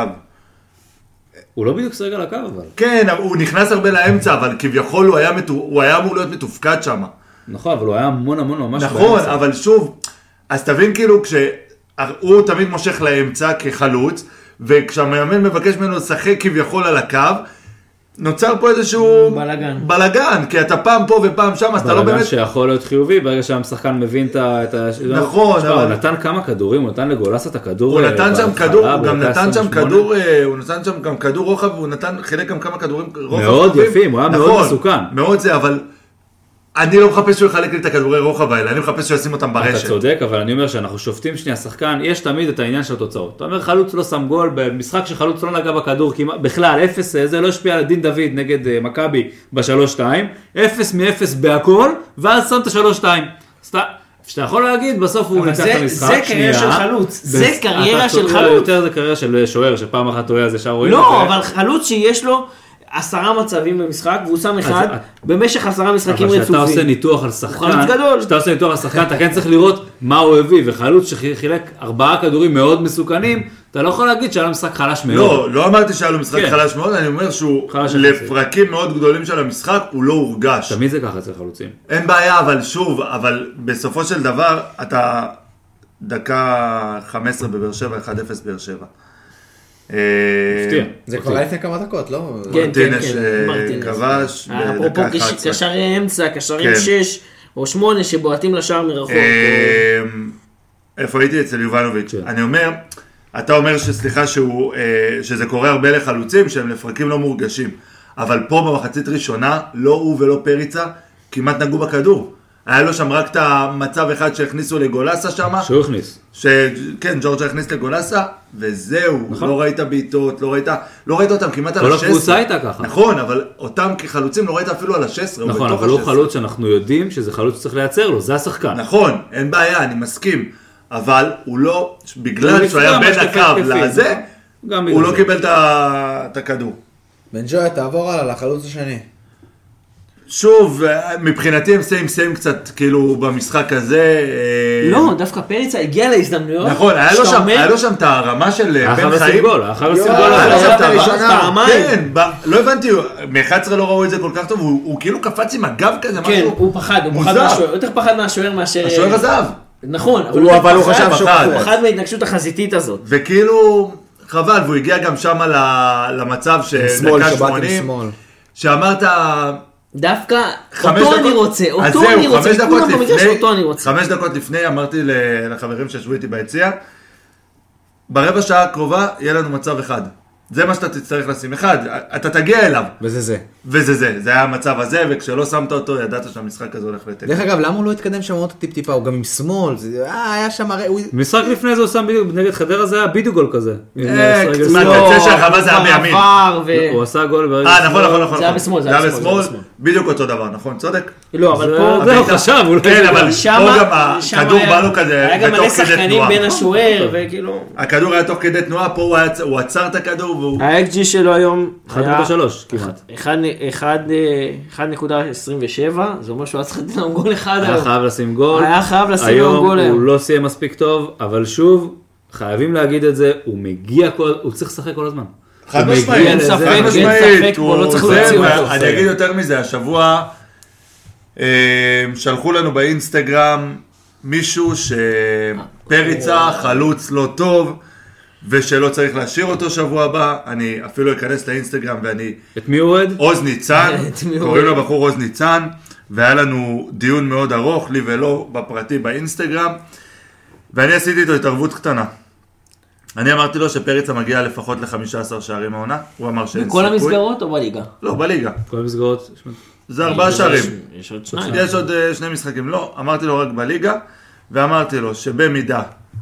הוא לא בדיוק סרגע לקו, אבל. כן, הוא נכנס הרבה לאמצע, אבל כביכול הוא היה, מתו, הוא היה אמור להיות מתופקד שם. נכון, אבל הוא היה המון המון ממש נכון, באמצע. אבל שוב, אז תבין כאילו, כשהוא תמיד מושך לאמצע כחלוץ, וכשהמאמן מבקש ממנו לשחק כביכול על הקו, נוצר פה איזשהו בלגן. בלגן, כי אתה פעם פה ופעם שם, אז אתה לא בלגן באמת... שיכול להיות חיובי, ברגע שהשחקן מבין את ה... את ה- נכון, תשמע, אבל- הוא נתן כמה כדורים, הוא נתן לגולס את הכדור. הוא אה, נתן שם בהתחלה, כדור, הוא גם בדקה נתן שם עשרים ושמונה. כדור, אה, הוא נתן שם גם כדור רוחב, והוא נתן, חילק גם כמה כדורים רוחב. מאוד טובים. יפים, הוא היה מאוד נכון, מסוכן. מאוד זה, אבל אני לא מחפש שהוא יחלק לי את הכדורי רוחב האלה, אני מחפש שהוא ישים אותם אתה ברשת. צודק, אבל אני אומר שאנחנו שופטים שנייה שחקן, יש תמיד את העניין של התוצאות. אתה אומר חלוץ לא שם גול, במשחק שחלוץ לא נגע בכדור, כמעט- בכלל אפס, זה לא השפיע על דין דוד נגד אה, מכבי בשלוש שתיים, אפס מאפס בהכל, ואז שם את השלוש שתיים. שאתה יכול להגיד, בסוף הוא אבל ניצח זה- את המשחק, זה קריירה של חלוץ, זה בס- קריירה אתה של טועה, חלוץ. יותר זה קריירה של שוער, שפעם אחת טועה, אז ישר רואים את לא, זה. אבל חלוץ שיש לו עשרה מצבים במשחק, והוא שם אחד אז- במשך עשרה משחקים אבל כשאתה עושה רצופים. ניתוח על שחקן, חלוץ גדול. כשאתה עושה ניתוח על שחקן, אתה כן צריך לראות מה הוא הביא, וחלוץ שחילק ארבעה כדורים מאוד מסוכנים, אתה לא יכול להגיד שהיה לו משחק חלש מאוד. לא, לא אמרתי שהיה לו משחק כן. חלש מאוד, אני אומר שהוא חלש יחסית. לפרקים מאוד גדולים של המשחק, הוא לא הורגש. תמיד זה ככה אצל חלוצים. אין בעיה, אבל שוב, אבל בסופו של דבר, אתה דקה חמש עשרה בבאר שבע, אחד אפס באר שבע. מפתיע. זה כבר היה לפני כמה דקות, לא? כן, כן, מרטינש כן, אה, מרטינש. כבש אפרופו בדקה קש- אחת עשרה. קשרי אמצע, קשרים כן. שש או שמונה שבועטים לשער מרחוק. אה, איפה הייתי? אצל יובנוביץ'. כן. אני אומר, אתה אומר שסליחה שהוא, אה, שזה קורה הרבה לחלוצים, שהם לפרקים לא מורגשים. אבל פה במחצית ראשונה, לא הוא ולא פריצה, כמעט נגעו בכדור. היה לו שם רק את המצב אחד שהכניסו לגולסה שם. שהוא הכניס. שכן, ג'ורג'ה הכניס לגולסה, וזהו, נכון. לא ראית בעיטות, לא ראית, לא ראית אותם כמעט על כל ה-שש עשרה. הקבוצה הייתה ככה. נכון, אבל אותם כחלוצים לא ראית אפילו על ה-שש עשרה. הוא נכון, בתוך אבל הוא ה-שש עשרה. חלוץ שאנחנו יודעים שזה חלוץ שצריך לייצר לו, זה השחקן. נכון, אין בעיה, אני מסכים. אבל הוא לא, הוא בגלל שהוא היה נפגע בין בשטחי הקו התקפים. לזה, גם הוא בגלל לא זה. קיבל את ה- את הכדור. בן ג'וי, תעבור הלאה לחלוץ השני. שוב, מבחינתי הם סיים סיים קצת, כאילו, במשחק הזה. אה, לא, דווקא פריצה הגיע להזדמנויות. נכון, היה לו שאתה שם- אומר, היה לו שם את הרמה של היה בן חייב לשים חיים. גול, היה חייב לשים יואו, גול. היה לו אחר. שם את היה הרמה- הראשונה. פעמיים. כן, ב- לא הבנתי, מ-אחת עשרה לא ראו את זה כל כך טוב, הוא הוא כאילו קפץ עם הגב כזה, כן, משהו. הוא פחד, הוא פחד מוזר. מהשוער, יותר פחד מהשוער מאשר... השוער עזב. נכון, הוא- יותר אבל הוא פחד- חשב שהוא פחד. הוא קפץ. פחד מההתנגשות החזיתית הזאת. וכאילו, חבל, והוא הגיע גם שם ל- למצב שמאל, שדקה שבאת עם שמונים, שמאל. שאמרת, דווקא חמש אותו דקות- אני רוצה, אז אותו זהו, אני רוצה, חמש דקות כולם במגרש לפני- אותו אני רוצה. חמש דקות לפני אמרתי ל- לחברים שישבו איתי ביציע, ברבע שעה הקרובה יהיה לנו מצב אחד. זה מה שאתה תצטרך לשים. אחד, אתה תגיע אליו, וזה זה. וזה זה. זה היה המצב הזה, וכשלא שמת אותו, ידעת שהמשחק הזה הולך לתת. דרך אגב, למה הוא לא התקדם שם עוד טיפ טיפה? הוא גם עם שמאל, זה- אה, היה שם הרי... הוא- משחק לפני זה הוא שם בדיוק, נגד חדרה זה היה בדיוק גול כזה. עם, אה, אה, רגל קצת. שמאל. אתה יוצא שהרחבה זה היה כבר בימין. עבר ו... הוא עשה גול ברגע אה, נכון, נכון, נכון. זה היה נכון. בשמאל, זה זה היה היה בשמאל, זה היה בשמאל, בשמאל. בדיוק אותו דבר, נכון, צודק. לא, אבל זה- פה... זהו, אבל- חשב, אולי כן, זה אבל גם. שמה- פה גם שמה הכדור היה- בא לו כזה היה גם מלא בתוך כדי שחקנים תנועה. בין השוער, וכאילו... הכדור היה תוך כדי תנועה, פה הוא היה- הוא עצר את הכדור והוא... ה-אקס ג'י שלו היום אחד נקודה שלוש כמעט. אחד נקודה עשרים ושבע, זה אומר שהוא היה צריך לתת לנו גול אחד היה היום. חייב לשים גול. היה חייב לשים לנו גול היום היום. הוא לא סיים מספיק טוב, אבל שוב, חייבים להגיד את זה, הוא מגיע כל... הוא צריך לשחק כל הזמן. חד הוא מגיע משמעית, לזה. ספק, חד אין משמעית, ספק, הוא- בו, לא צריך זה, להוציא אותו. אני אגיד יותר מזה, השבוע אה, שלחו לנו באינסטגרם מישהו שפריצה חלוץ לא טוב, ושלא צריך להשאיר אותו שבוע הבא. אני אפילו אכנס לאינסטגרם ואני... את מי הוא אוהד? עוז ניצן, את מי הוא קוראים אוהד? לבחור עוז ניצן, והיה לנו דיון מאוד ארוך, לי ולא, בפרטי באינסטגרם, ואני עשיתי איתו התערבות קטנה. אני אמרתי לו שפריצה מגיע לפחות ל-חמישה עשר שערים העונה, הוא אמר שאין בכל סיכוי. המסגרות או בליגה? לא, בליגה. כל המסגרות. זה ארבעה שערים. יש עוד שניים. יש עוד אה, שני משחקים. לא, אמרתי לו רק בליגה, ואמרתי לו שבמידה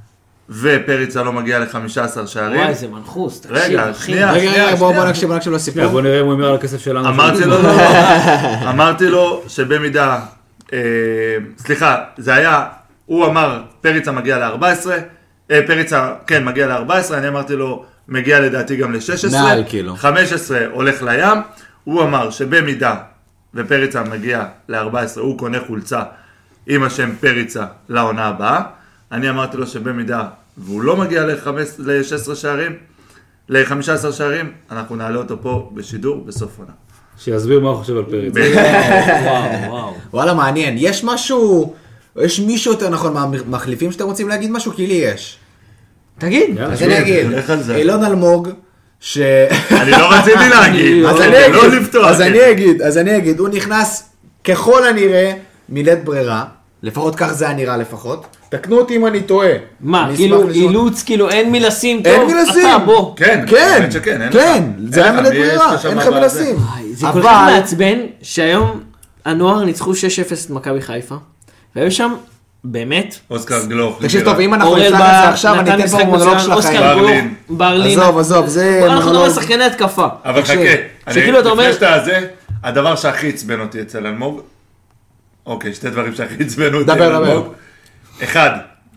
ופריצה לא מגיע ל-חמישה עשר שערים, וואי, זה מנחוס, תקשיב, רגע, אחי. שנייה, רגע, שנייה, רגע, בוא שנייה. בוא נקשיב, בוא נקשיב לסיפור. בוא נראה אם הוא אומר על הכסף שלנו. אמרתי לו, לא, לא, אמרתי לו שבמידה, אה, סליחה, זה היה, הוא אמר פריצה מגיע ל-ארבע עשרה, אה, פריצה, כן, מגיע ל-ארבע עשרה, אני אמרתי לו, מגיע לדעתי גם ל-שש עשרה, מעל, כאילו. חמש עשרה הולך לים, הוא אמר שבמידה ופריצה מגיע ל-ארבע עשרה, הוא קונה חולצה עם השם פריצה לעונה הבאה, אני אמרתי לו שבמידה והוא לא מגיע ל-שש עשרה שערים, ל-חמישה עשר שערים, אנחנו נעלה אותו פה בשידור בסוף עונה. שיסביר מה הוא חושב על פריצה. וואו, וואו. וואלה, מעניין. יש משהו, יש מישהו יותר נכון מהמחליפים שאתם רוצים להגיד משהו? כי לי יש. תגיד. יאללה, אז שוב. אני אגיד, לך על זה. אילון אלמוג, ש... אני לא רציתי להגיד, אז לא, אני לא אגיד, לפתוח. אז אני אגיד, אז אני אגיד, הוא נכנס ככל הנראה מילת ברירה, לפחות כך זה היה נראה לפחות. תקנו אותי אם אני טועה. מה, אני כאילו אשמח לשמוע. אילוץ, כאילו אין מי לשים טוב? אין מי לשים. אתה בוא. כן, כן, האמת שכן, אין כן, לך. זה היה אין לך, מילת מי יש ברירה, לך שם אין לך מי בזה? לשים. וואי, זה כל כך אבל- מעצבן שהיום הנוער ניצחו שש אפס את מכבי חיפה, והיו שם באמת, אוסקר גלוך. תקשיב ליגה. טוב, אם אנחנו אורל נפתח את בר זה עכשיו, אני נתן אתן פה משחק מונולוג מצוין, של אוסקר החיים. גלוך, ברלין. ברלין. עזוב, עזוב, זה אנחנו מדברים מונולוג. על שחקני התקפה. אבל תקשיב, חכה, אני- שכאילו אתה אומר- לפני שאתה זה, הדבר שהכי עצבן אותי אצל אלמוג, אוקיי, שתי דברים שהכי עצבנו אותי. דבר, אצל דבר. אלמוג. אחד,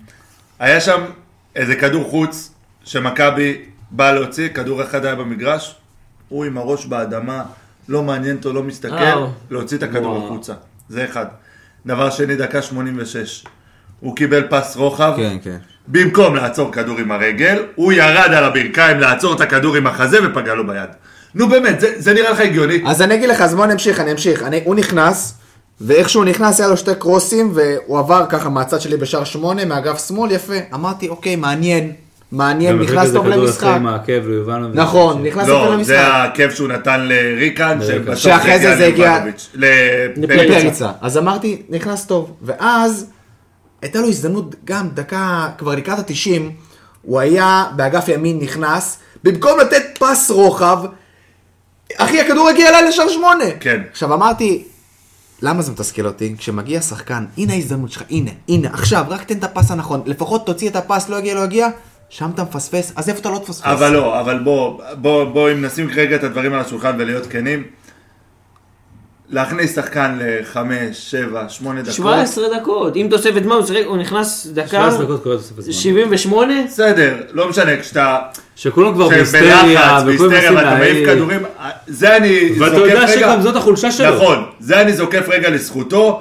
היה שם איזה כדור חוץ, שמכבי בא להוציא, כדור אחד היה במגרש, הוא עם הראש באדמה, לא מעניין אותו, לא מסתכל, אה. להוציא את הכדור וואו. החוצה. זה אחד. דבר שני, דקה שמונים ושש. הוא קיבל פס רוחב. כן, כן. במקום לעצור כדור עם הרגל, הוא ירד על הברכיים לעצור את הכדור עם החזה ופגע לו ביד. נו באמת, זה, זה נראה לך הגיוני? אז אני אגיד לך, אז בוא נמשיך, אני אמשיך. אני, הוא נכנס, ואיך שהוא נכנס, היה לו שתי קרוסים, והוא עבר ככה מהצד שלי בשער שמונה, מאגף שמאל, יפה. אמרתי, אוקיי, מעניין, מעניין, גם נכנס טוב כדור למשחק. יפה עם העקב ליובנוביץ'. נכון, נכנס טוב לא, למשחק. זה הכיף שהוא נתן לריקן, שבסוף שאחרי זה זה הגיע- ליובנוביץ', לפריצה. לפריצה. אז אמרתי, נכנס טוב. ואז, הייתה לו הזדמנות גם דקה, כבר לקראת ה-תשעים, הוא היה באגף ימין נכנס, במקום לתת פס רוחב, אחי, הכדור הגיע אליי לשער שמונה. כן. עכשיו אמרתי, למה זה מתסכל אותי? כשמגיע שחקן, הנה ההזדמנות שלך, הנה, הנה, עכשיו, רק תן את הפס הנכון, לפחות תוציא את הפס, לא יגיע, לא יגיע, שם אתה מפספס, אז איפה אתה לא תפספס? אבל לא, אבל בוא, בוא, בוא, אם נשים רגע את הדברים על השולחן ולהיות כנים, להכניס שחקן לחמש, שבע, שמונה דקות. שבע עשרה דקות, אם תוספת מה, הוא שיחק- הוא נכנס דקה שבע עשרה דקות קורא תוספת זמן. שבעים ושמונה, בסדר, לא משנה, כשאתה... שכולם כבר שבלחץ, בהיסטריה, וכולם בהיסטריה, מנסים ואתה מעיף להעיף. כדורים, זה אני זוקף רגע... ואתה יודע שגם זאת החולשה שלו. נכון, זה אני זוקף רגע לזכותו,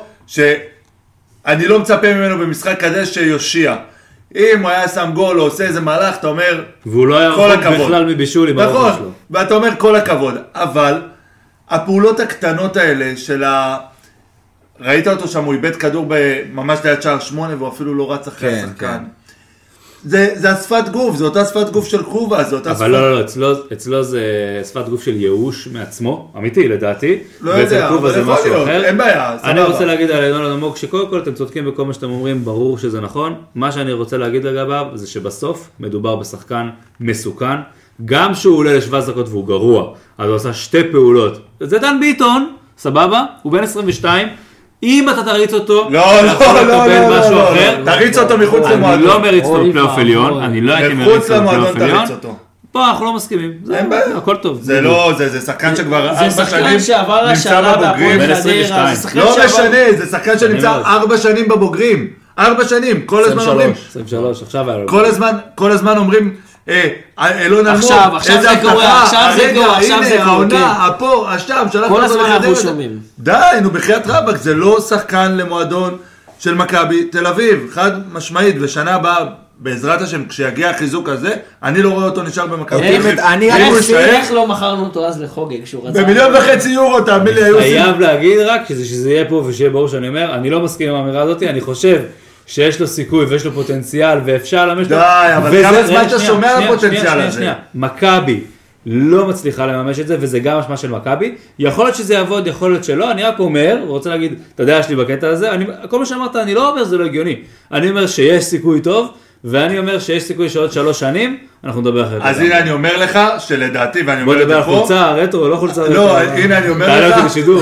שאני לא מצפה ממנו במשחק כזה שיושיע. אם הוא היה שם גול או עושה איזה מהלך, אתה אומר, והוא לא היה כל רחוק הכבוד. בכלל מבישול עם הרוחב נכון, שלו. ואתה אומר כל הכבוד, אבל הפעולות הקטנות האלה של ה... ראית אותו שם, הוא איבד כדור ממש ליד שער שמונה, והוא אפילו לא רץ אחרי כן, השחקן. כן. זה, זה השפת גוף, זה אותה שפת גוף של קרובה, זה אותה אבל שפת... לא, לא, לא, אצלו, אצלו זה שפת גוף של ייאוש מעצמו, אמיתי לדעתי. לא ואצל יודע, קובה אבל זה יכול משהו להיות, אחר. אין בעיה, אני סבבה. רוצה להגיד על ינון אלמוג שקודם כל אתם צודקים בכל מה שאתם אומרים, ברור שזה נכון. מה שאני רוצה להגיד לגביו זה שבסוף מדובר בשחקן מסוכן. גם שהוא עולה ל-שבע עשרה דקות והוא גרוע, אז הוא עושה שתי פעולות. זה דן ביטון, סבבה, הוא בן עשרים ושתיים. אם אתה תריץ אותו, לא, אתה יכול לא, לא, לקבל לא, משהו לא, אחר. לא, תריץ אותו מחוץ אני למועדון. לא מריץ אותו אוי בפלייאוף ואבוי. עליון, אני לא הייתי מריץ מחוץ אותו בפלייאוף למועדון עליון. תריץ אותו. פה אנחנו לא מסכימים. זה- אין בעיה. הכל טוב. זה לא, זה, זה שחקן שכבר זה ארבע שחקן שנים שעבר נמצא השאלה בבוגרים. בן בהפועל עשרים חדרה, ושתיים. זה שחקן לא שעבר... משנה, זה שחקן שנמצא מאוד. ארבע שנים בבוגרים. ארבע שנים, כל הזמן אומרים, עשרים ושלוש, עכשיו היה לו. כל הזמן, כל הזמן אומרים, אלון אלמוג, עכשיו, עכשיו זה קורה, עכשיו זה רגע, קורה, עכשיו זה הנה, קורה, העונה, כן. הפה, השם, שלחנו כל אותו הזמן לחדרה אנחנו את זה. שומעים. די, נו, בחיית רבאק, זה לא שחקן למועדון של מכבי תל אביב, חד משמעית, ושנה הבאה, בעזרת השם, כשיגיע החיזוק הזה, אני לא רואה אותו נשאר במכבי תל אביב. אני אם הוא יישאר, איך לא מכרנו אותו אז לחוגג שהוא רצה? במיליון וחצי יורו, תאמין לי, היו עושים. חייב להגיד רק, שזה, שזה יהיה פה ושיהיה ברור שאני אומר, אני לא מסכים עם האמירה הזאת, אני חושב שיש לו סיכוי ויש לו פוטנציאל ואפשר למש לו. די, אבל וזה- כמה זמן רגע, אתה שנייה, שומע על שנייה, הפוטנציאל שנייה, הזה? שנייה. מכבי לא מצליחה לממש את זה, וזה גם אשמה של מכבי. יכול להיות שזה יעבוד, יכול להיות שלא, אני רק אומר, ורוצה להגיד, אתה יודע, יש לי בקטע הזה, אני, כל מה שאמרת, אני לא אומר, זה לא הגיוני. אני אומר שיש סיכוי טוב, ואני אומר שיש סיכוי שעוד שלוש שנים, אנחנו נדבר אחרת. אז הנה אני אומר לך, שלדעתי, ואני בוא אומר את נדבר זה על פה, חולצה, רטרו, לא חולצה רטרו. לא, הנה אני אומר תעלה לך, אותי בשידור.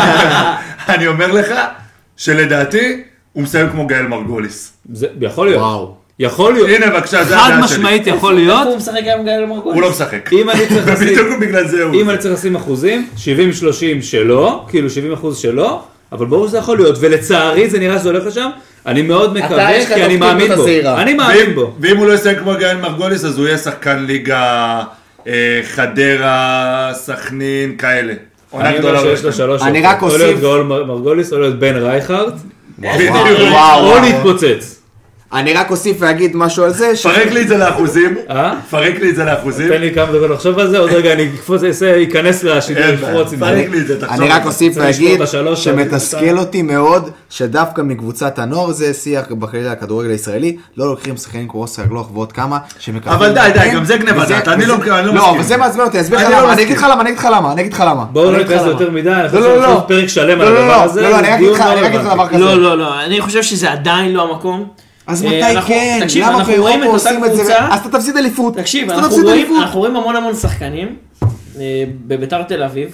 אני אומר לך, שלדעתי, הוא מסיים כמו גאל מרגוליס. זה יכול להיות. וואו. יכול להיות. הנה בבקשה, זה חד הדעה שלי. משמעית יכול איפה להיות. הוא משחק גם גאל מרגוליס? הוא לא משחק. אם אני צריך לשים, בדיוק בגלל זה הוא. אם אני צריך לשים אחוזים, שבעים שלושים שלא, כאילו שבעים אחוז שלא, אבל ברור שזה יכול להיות, ולצערי זה נראה שזה הולך לשם, אני מאוד יש מקווה, לך כי אני תפקיד מאמין בו. בזהירה. אני מאמין ואם- בו. ואם הוא לא יסיים כמו גאל מרגוליס, אז הוא יהיה שחקן ליגה אה, חדרה, סכנין, כאלה. עונה אני גדולה אומר שיש לו הולכת. שלוש אני אופציות. רק או אוסיף- להיות גאול מר- מרגוליס, או להיות בן רייכרד, בדיוק. וואו, או וואו. להתפוצץ. אני רק אוסיף ואגיד משהו על זה, ש- פרק לי את זה לאחוזים. אה? פרק לי את זה לאחוזים. תן לי כמה דקות לחשוב על זה, עוד רגע אני אקפוץ, אעשה- אכנס לשידור, אין בעיה. לפרוץ עם פרק זה. לי את זה, תחשוב. אני על רק זה. אוסיף צריך לשמור ואגיד את השלוש, שמתסכל אותי מאוד שדווקא מקבוצת הנוער זה שיח בכללי הכדורגל הישראלי, לא לוקחים שחקנים כמו אוסקר גלוך ועוד כמה שמקבלים... אבל די, די, כן, גם זה גניבת וזה- דעת, אני לא- וזה- אני לא לא, מסכים. אבל זה מעצבן אותי, אני אסביר לך אני לא למה, אני מסכים. אגיד לך למה, אני אגיד לך למה, אני אגיד לך למה. בואו אני לא אגיד לך ניכנס למה. יותר מדי, אני לא, חושב לא, שאנחנו לא. לעשות פרק שלם לא, על לא, הדבר לא, הזה, לא, לא, אני אגיד דיון לך, לא אני אגיד לך רלוונטי. דבר כזה. לא, לא, לא, אני חושב שזה עדיין לא המקום. אז אה, מתי אנחנו- כן? תקשיב, למה אנחנו רואים באירופה את אותה עושים את זה? קבוצה- אז אתה תפסיד אליפות. תקשיב, אז אתה אנחנו תפסיד רואים, אליפות. אנחנו רואים המון המון שחקנים אה, בביתר תל אביב,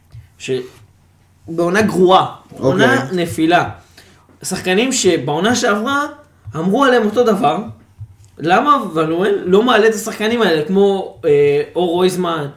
שבעונה גרועה, עונה נפילה. שחקנים שבעונה שעברה אמרו עליהם אותו דבר, למה ולואל לא מעלה את השחקנים האלה, כמו אה, אור רויזמן,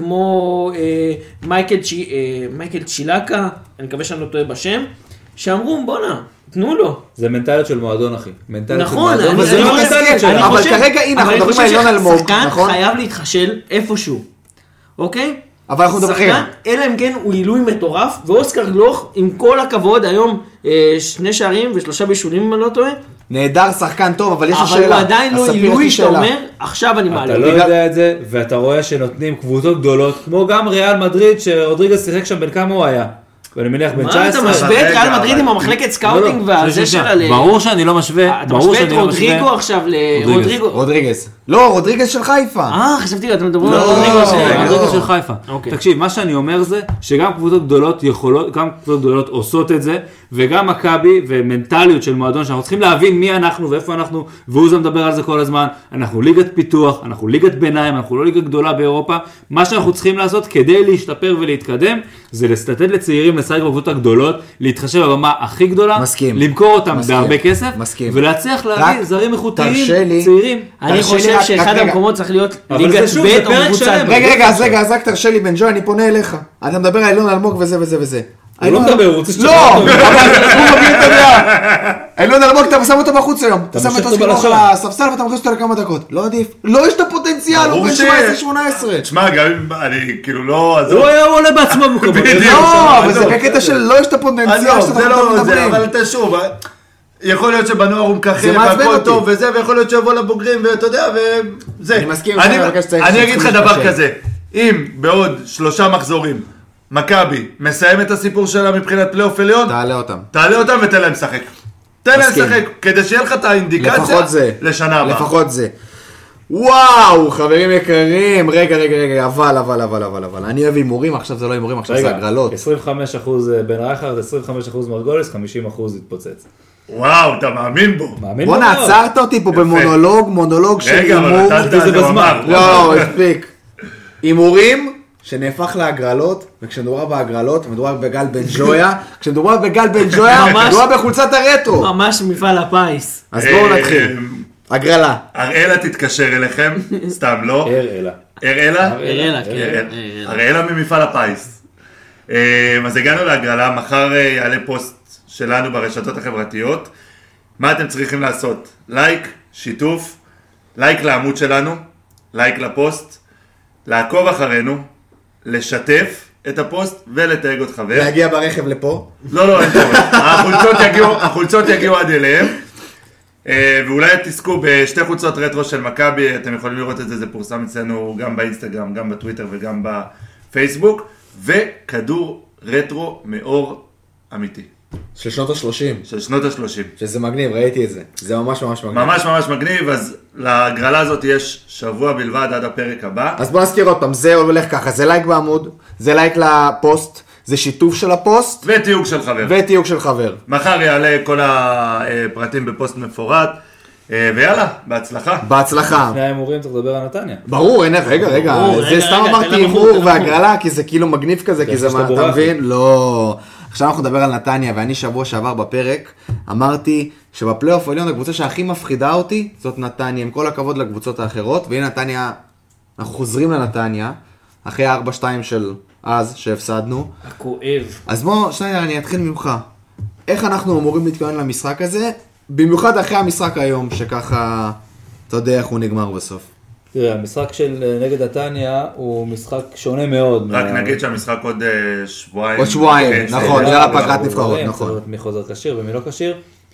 כמו אה, מייקל, צ'י, אה, מייקל צ'ילקה, אני מקווה שאני לא טועה בשם, שאמרו בואנה, תנו לו. זה מנטליות של מועדון, אחי. מנטליות של נכון, מועדון, אני- אבל זה אני לא חושב- מנטליות אני שלנו. אבל חושב- כרגע, הנה, אנחנו אבל אני מדברים חושב על ילון אלמוג, ששחקן נכון? חייב להתחשל איפשהו, אוקיי? אבל אנחנו מדברים... שחקן, אלא אם כן הוא עילוי מטורף, ואוסקר גלוך, עם כל הכבוד, היום אה, שני שערים ושלושה בישולים, אם אני לא טועה, נהדר, שחקן טוב, אבל יש לי אבל שאלה. הוא עדיין לא אז ספיר, יש עילוי לי שאתה שאלה. אומר, עכשיו אני מעלה. אתה לא בגלל- יודע את זה, ואתה רואה שנותנים קבוצות גדולות, כמו גם ריאל מדריד, שרודריגז שיחק שם בין כמה הוא היה. ואני מניח בין תשע מה עשרה. אתה משווה את רגע, ריאל מדריד אבל- עם המחלקת לא, לא, סקאוטינג שנייה, והזה שנייה. שלה ל... ברור שאני לא משווה, אתה ברור משווה שאני את לא רודריגו משווה. עכשיו רודריגז. לרודריגו. רודריגז. לא, רודריגז של חיפה. אה, חשבתי, אתם מדברים על לא, רודריגו לא, של... לא. רודריגז של חיפה. אוקיי. תקשיב, מה שאני אומר זה, שגם קבוצות גדולות יכולות, גם קבוצות גדולות עושות את זה, וגם מכבי ומנטליות של מועדון, שאנחנו צריכים להבין מי אנחנו ואיפה אנחנו, ואוזה מדבר על זה כל הזמן, אנחנו ליגת פיתוח, אנחנו ליגת ביניים, אנחנו לא ליגה גדולה באירופה, מה שאנחנו צריכים לעשות כדי להשתפר ולהתקדם, זה לתת לצעירים לשחק בקבוצות הגדולות, להתחשב בבמה הכי גדולה, מסכים. למכור אותם מסכים. בהרבה כסף, מסכים. ולהצליח להביא רק זרים איכותיים, תרשה לי- צעירים. אני תרשה לי חושב רק- שאחד רק רגע. המקומות צריך להיות אבל ליגת זה שוב, זה ב' או פרק קבוצת שלם. ב'. רגע, רגע, אז רגע, אז רק תרשה לי, בן ג'וי, אני פונה אליך. אתה מדבר על אילון אלמוג וזה וזה וזה. הוא לא אילון- מדבר, הוא רוצה שתשמע לא, אותו. אבל הוא מבין את הדעה. אילון אלמוג, אתה שם אותו בחוץ היום. אתה שם מושך אותו אותו שלך בלשון. על הספסל ואתה מכניס אותו לכמה דקות. לא עדיף. לא יש את הפוטנציאל, הוא ברור בן ש- שבע עשרה שמונה עשרה. תשמע, גם אם אני כאילו לא... עזוב. הוא היה עולה בעצמו במקומות. בדיוק. לא, אבל זה עזוב. בקטע של לא יש את הפוטנציאל עזוב, שאנחנו זה לא זה, מדברים. אבל אתה שוב, יכול להיות שבנוער הוא מככב זה מעצבן והכל אותי. טוב וזה, ויכול להיות שיבוא לבוגרים ואתה יודע, וזה. אני מסכים איתך, אני- אני מבקש שצריך- אני אגיד לך שצריך דבר להתפשר. כזה, אם בעוד שלושה מחזורים, מכבי מסיים את הסיפור שלה מבחינת פלייאוף עליון, תעלה אותם. תעלה אותם ותן להם לשחק. תן להם מסכים. לשחק, כדי שיהיה לך את האינדיקציה לפחות זה. לשנה הבאה. לפחות זה. וואו, חברים יקרים. רגע, רגע, רגע, אבל, אבל, אבל, אבל, אבל. אני אוהב הימורים, עכשיו זה לא הימורים, עכשיו זה רגע, הגרלות. עשרים וחמישה אחוז בן רייכרד, עשרים וחמישה אחוז מרגוליס, חמישים אחוז התפוצץ. וואו, אתה מאמין בו. מאמין בו בואנה, מאוד. עצרת אותי פה במונולוג, מונולוג של רגע, אבל הימור. נתת זה על זה בזמן. הוא אמר. לא, הספיק. הימורים שנהפך להגרלות, וכשמדובר בהגרלות, מדובר בגל בן ג'ויה, כשמדובר בגל בן ג'ויה, ממש. מדובר בחולצת הרטרו. ממש מפעל הפיס. אז בואו אה, נתחיל. הגרלה. אראלה תתקשר אליכם, סתם לא. הראלה. אראלה? אראלה, כן. אראלה. אראלה. אראלה ממפעל הפיס. אה, אז הגענו להגרלה, מחר אה, יעלה פוסט שלנו ברשתות החברתיות. מה אתם צריכים לעשות? לייק, שיתוף, לייק לעמוד שלנו, לייק לפוסט, לעקוב אחרינו, לשתף את הפוסט ולתייג עוד חבר. להגיע ברכב לפה. לא, לא, אין טוב. החולצות יגיעו, החולצות יגיעו עד אליהם. ואולי תזכו בשתי חולצות רטרו של מכבי, אתם יכולים לראות את זה, זה פורסם אצלנו גם באינסטגרם, גם בטוויטר וגם בפייסבוק. וכדור רטרו מאור אמיתי. של שנות ה-שלושים. של שנות ה-שלושים. שזה מגניב, ראיתי את זה. זה ממש ממש מגניב. ממש ממש מגניב, אז להגרלה הזאת יש שבוע בלבד עד הפרק הבא. אז בוא נזכיר עוד פעם, זה הולך ככה, זה לייק בעמוד, זה לייק לפוסט, זה שיתוף של הפוסט, ותיוג של חבר. ותיוג של חבר. מחר יעלה כל הפרטים בפוסט מפורט, ויאללה, בהצלחה. בהצלחה. לפני ההימורים צריך לדבר על נתניה. ברור, הנה, רגע, רגע, ברור, זה רגע, סתם רגע, אמרתי תן לנו הימור חוט, תן לנו והגרלה, כי זה כאילו מגניב כזה, כי זה שאתה מה, אתה בורח. מבין? לא. עכשיו אנחנו נדבר על נתניה, ואני שבוע שעבר בפרק, אמרתי שבפלייאוף העליון הקבוצה שהכי מפחידה אותי, זאת נתניה, עם כל הכבוד לקבוצות האחרות, והנה נתניה, אנחנו חוזרים לנתניה, אחרי ה-ארבע שתיים של אז, שהפסדנו. הכואב. אז בוא, שנייה, אני אתחיל ממך. איך אנחנו אמורים להתכונן למשחק הזה, במיוחד אחרי המשחק היום, שככה, אתה יודע איך הוא נגמר בסוף. תראה, המשחק של נגד נתניה הוא משחק שונה מאוד. רק נגיד שהמשחק עוד שבועיים. עוד שבועיים, נכון, זה על הפגרת נבחרות, נכון. נכון. מי חוזר כשיר ומי לא כשיר.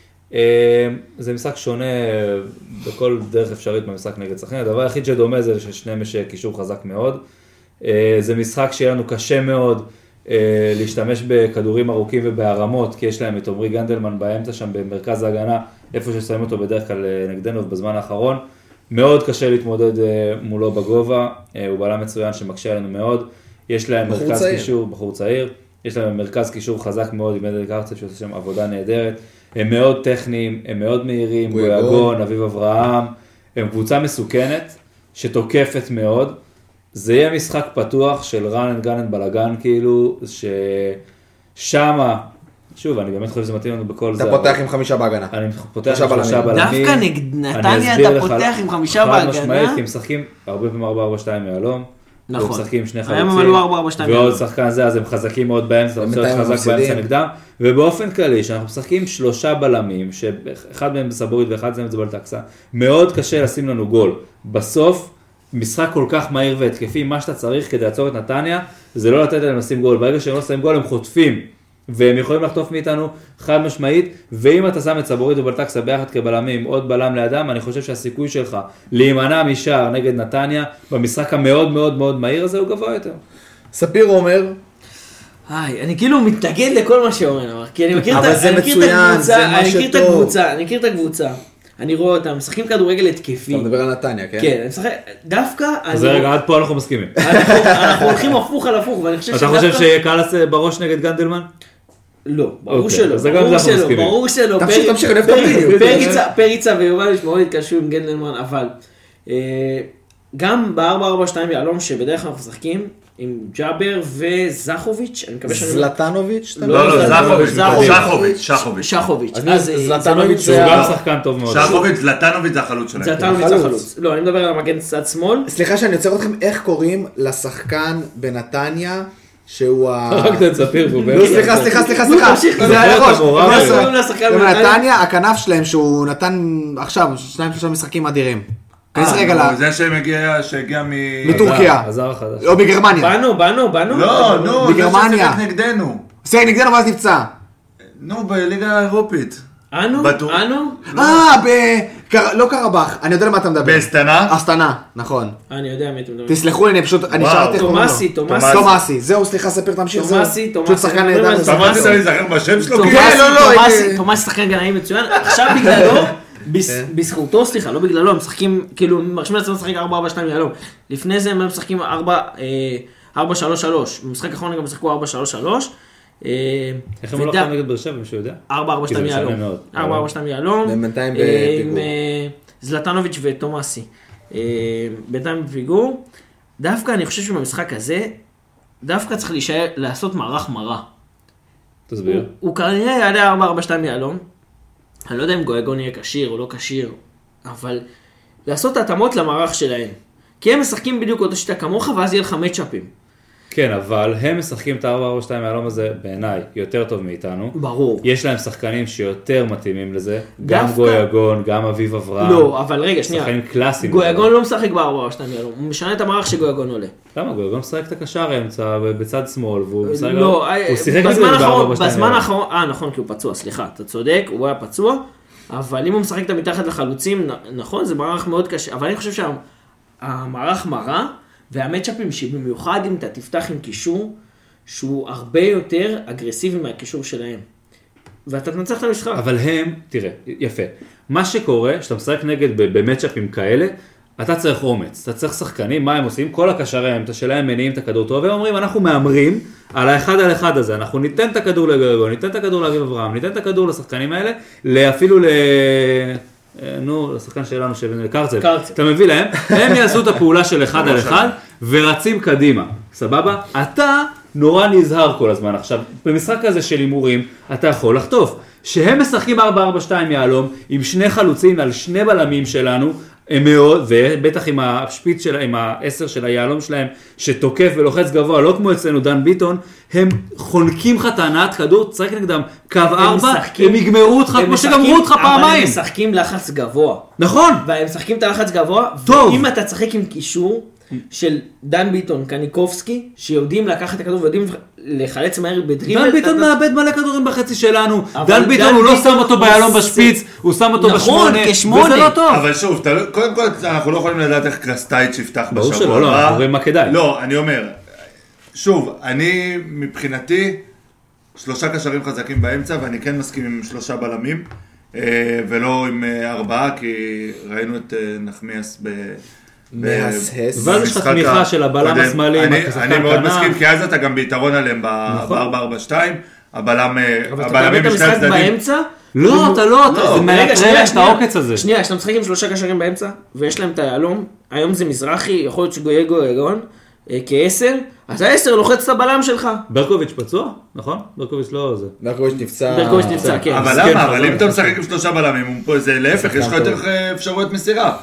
זה משחק שונה בכל דרך אפשרית במשחק נגד סכנין. הדבר היחיד שדומה זה ששניהם יש קישור חזק מאוד. זה משחק שיהיה לנו קשה מאוד להשתמש בכדורים ארוכים ובהרמות, כי יש להם את עומרי גנדלמן באמצע שם במרכז ההגנה, איפה ששמים אותו בדרך כלל נגדנו בזמן האחרון. מאוד קשה להתמודד מולו בגובה, הוא בלם מצוין שמקשה עלינו מאוד. יש להם מרכז צעיר. קישור, בחור צעיר, יש להם מרכז קישור חזק מאוד עם אדל קרצב שעושה שם עבודה נהדרת. הם מאוד טכניים, הם מאוד מהירים, גויגון, אביב אברהם, הם קבוצה מסוכנת שתוקפת מאוד. זה יהיה משחק פתוח של רן גנן בלגן כאילו, ששמה, שוב, אני באמת חושב שזה מתאים לנו בכל זה. אתה פותח עם חמישה בהגנה. אני פותח עם חמישה בלמים. דווקא נגד נתניה אתה פותח עם חמישה בהגנה. חד משמעית, כי הם משחקים הרבה פעמים ארבע ארבע שתיים מהלום. נכון. הם משחקים עם שני היום הם עלו ארבע ארבע שתיים ועוד מהלום. שחקן זה, אז הם חזקים מאוד באמצע, הם רוצים להיות חזק באמצע נגדם. ובאופן כללי, שאנחנו משחקים שלושה בלמים, שאחד מהם בסבורית ואחד מהם זה בלטקסה, מאוד קשה לשים לנו גול. בסוף, משחק כל כך מהיר והתקפי, מה שאתה צריך כדי לעצור את נתניה, זה לא לתת להם לשים גול. ברגע שהם לא שמים גול, הם חוטפים. והם יכולים לחטוף מאיתנו חד משמעית, ואם אתה שם את סבורית ובלטקסה ביחד כבלמים, עוד בלם לידם, אני חושב שהסיכוי שלך להימנע משער נגד נתניה, במשחק המאוד מאוד מאוד מהיר הזה, הוא גבוה יותר. ספיר אומר, היי, אני כאילו מתנגד לכל מה שאומר, כי אני מכיר את אבל זה הקבוצה, מצוין, זה מה אני מכיר את שטוב. הקבוצה, אני מכיר את הקבוצה. אני רואה אותם, משחקים כדורגל התקפי. אתה מדבר על נתניה, כן? כן, אני משחק, דווקא... אז רגע, עד פה אנחנו מסכימים. אנחנו הולכים הפוך על הפוך, ואני חושב אתה חושב שיהיה קלאס בראש נגד גנדלמן? לא, ברור אוקיי, שלא, אז גם ברור זה אנחנו שלא, מסכימים. ברור שלא. תמשיך, פרי- תמשיך, אני אוהב את פרי- הפרק. פריצה- פריצה ויובליץ' מאוד התקשרו עם גנדלמן, אבל אה, גם ב-ארבע ארבע שתיים יעלום, שבדרך כלל אנחנו משחקים עם ג'אבר וזחוביץ', אני מקווה שאני... זלטנוביץ'? אתה לא, לא, זלטנוביץ', זחוביץ', זחוביץ'. שחוביץ', שחוביץ'. שחוביץ'. אז אז, אה, זלטנוביץ' זה זה הוא לא- גם שחקן טוב מאוד. שחוביץ', זלטנוביץ' זה החלוץ שלהם. זלטנוביץ' החלוץ. זה החלוץ. לא, אני מדבר על המגן צד שמאל. סליחה שאני עוצר אתכם, איך קוראים לשחקן בנתניה, שהוא ה... רק תספיר, הוא לא, סליחה, סליחה, סליחה, סליחה. תמשיך, זה היה תמשיך, ראש. המורה, מה אבל. זה? קוראים לשחקן זה בנתניה? בנתניה, הכנף שלהם שהוא נתן עכשיו, שניים שלושה משחקים אדירים. כנס רגע ל... זה שמגיע, שהגיע מ... מטורקיה. הזר החדש. או בגרמניה. באנו, באנו, באנו. לא, נו, זה בגרמניה. ששיחק נגדנו. זה נגדנו ואז נפצע. נו, בליגה האירופית. אנו? בטוח. אנו? אה, ב... קר- לא קרבח, אני יודע למה אתה מדבר. באסטנה? אסטנה, נכון. אני יודע מי אתם מדברים. תסלחו לי, אני פשוט, אני וואו, שאלתי איך קוראים לו. תומאסי, תומאסי. תומאסי, זהו, סליחה, ספיר, תמשיך, זהו. תומאסי, תומאסי. פשוט שחקן אני מדבר נהדר. על אתה אמרת שאני זכר בשם שלו? תומאסי, כן, לא, לא, תומאסי, הייתי- תומאסי שחקן גנאי מצוין. עכשיו בגללו, בס- בזכותו, סליחה, לא בגללו, הם משחקים, כאילו, מרשים לעצמם לשחק ארבע ארבע שתיים יעלום. לפני זה הם משחקים ארבע שלוש שלוש. במשחק האחרון הם גם משחקו ארבע שלוש שלוש. איך הם לא יכולים נגד באר שבע, מישהו יודע? ארבע ארבע כי זה שתיים משנה יעלום. מאוד. ארבע ארבע שתיים יעלום. והם בינתיים אה, בפיגור. עם אה, זלטנוביץ' ותומאסי. אה, בינתיים בפיגור. דווקא אני חושב שבמשחק הזה, דווקא צריך להישאר, לעשות מערך מרה. תסביר. הוא- הוא כנראה יעלה ארבע ארבע שתיים יעלום. אני לא יודע אם גויגון יהיה כשיר או לא כשיר, אבל לעשות התאמות למערך שלהם. כי הם משחקים בדיוק אותו שיטה כמוך, ואז יהיה לך מצ'אפים. כן, אבל הם משחקים את ה-ארבע ארבע שתיים מהלום הזה בעיניי יותר טוב מאיתנו. ברור. יש להם שחקנים שיותר מתאימים לזה, גם דווקא- גויגון, גם אביב אברהם. לא, אבל רגע, שנייה. שחקנים קלאסיים. גויגון לא משחק ב-ארבע ארבע שתיים מהלום, הוא משנה את המערך שגויגון עולה. למה? גויגון משחק את הקשר האמצע בצד שמאל, והוא משחק... לא, הוא שיחק את זה בזמן ב-ארבע האחרון, ארבע שתיים בזמן מהלום. האחרון, אה נכון, כי הוא פצוע, סליחה, אתה צודק, הוא היה פצוע, אבל אם הוא משחק את המתחת לחלוצים, נ- נכון, זה מערך מאוד קשה, אבל אני חושב שהמערך מראה, והמצ'אפים שבמיוחד אם אתה תפתח עם קישור, שהוא הרבה יותר אגרסיבי מהקישור שלהם. ואתה תנצח את המשחק. אבל הם, תראה, יפה. מה שקורה, שאתה משחק נגד במצ'אפים כאלה, אתה צריך אומץ, אתה צריך שחקנים, מה הם עושים? כל הקשרי האמצע שלהם מניעים את הכדור טוב, והם אומרים, אנחנו מאמרים על האחד על אחד הזה, אנחנו ניתן את הכדור לגויגון, ניתן את הכדור לאביב אברהם, ניתן את הכדור לשחקנים האלה, אפילו ל... נו, לשחקן שלנו, קרצב, קרצב. אתה מביא להם, הם יעשו את הפעולה של אחד על אחד, ורצים קדימה, סבבה? אתה נורא נזהר כל הזמן. עכשיו, במשחק הזה של הימורים, אתה יכול לחטוף. שהם משחקים ארבע ארבע שתיים יהלום, עם שני חלוצים על שני בלמים שלנו, הם מאוד, ובטח עם השפיץ של, עם העשר של היהלום שלהם, שתוקף ולוחץ גבוה, לא כמו אצלנו דן ביטון, הם חונקים לך את הנעת כדור, צריך נגדם קו ארבע, הם יגמרו אותך כמו שגמרו אותך אבל פעמיים. הם משחקים לחץ גבוה. נכון. והם משחקים את הלחץ גבוה, טוב. ואם אתה תשחק עם קישור של דן ביטון, קניקובסקי, שיודעים לקחת את הכדור ויודעים לחלץ מהר בדריבל. דן ביטון מאבד מלא כדורים בחצי שלנו, אבל דן ביטון הוא לא שם אותו ביהלום עושה- בשפיץ, הוא שם אותו נכון, בשמונה, כשמונה. וזה לא טוב. אבל שוב, אתה לא- קודם כל אנחנו לא יכולים לדעת איך קרסטייץ' יפתח ברור בשבוע שלא, לא, הבא. אנחנו רואים מה כדאי. לא, אני אומר, שוב, אני מבחינתי שלושה קשרים חזקים באמצע, ואני כן מסכים עם שלושה בלמים, אה, ולא עם אה, ארבעה, כי ראינו את אה, נחמיאס ב... ב- מהסס. ואז יש לך במשחק תמיכה של הבלם הקודם. השמאלי עם אני- השחקן אני מאוד כנף. מסכים, כי אז אתה גם ביתרון עליהם נכון. ב-ארבע ארבע שתיים, הבלם, אה, אבל אתה הבלמים מאבד את בשני המשחק הצדדים. באמצע. לא, אתה לא, אתה- זה רגע, מנטרל שנייה, את שנייה. העוקץ הזה. שנייה, כשאתה משחק עם שלושה קשרים באמצע, ויש להם את היהלום, היום זה מזרחי, יכול להיות שגויי גויגון, אה, כעשר, אז העשר לוחץ את הבלם שלך. ברקוביץ' פצוע, נכון? ברקוביץ' לא זה. ברקוביץ' נפצע. ברקוביץ' נפצע, כן. אבל מסכן, למה? אבל חזר אם אתה לחזור. משחק עם שלושה בלמים, הוא פה- זה להפך, יש לך יותר אה, אפשרויות מסירה.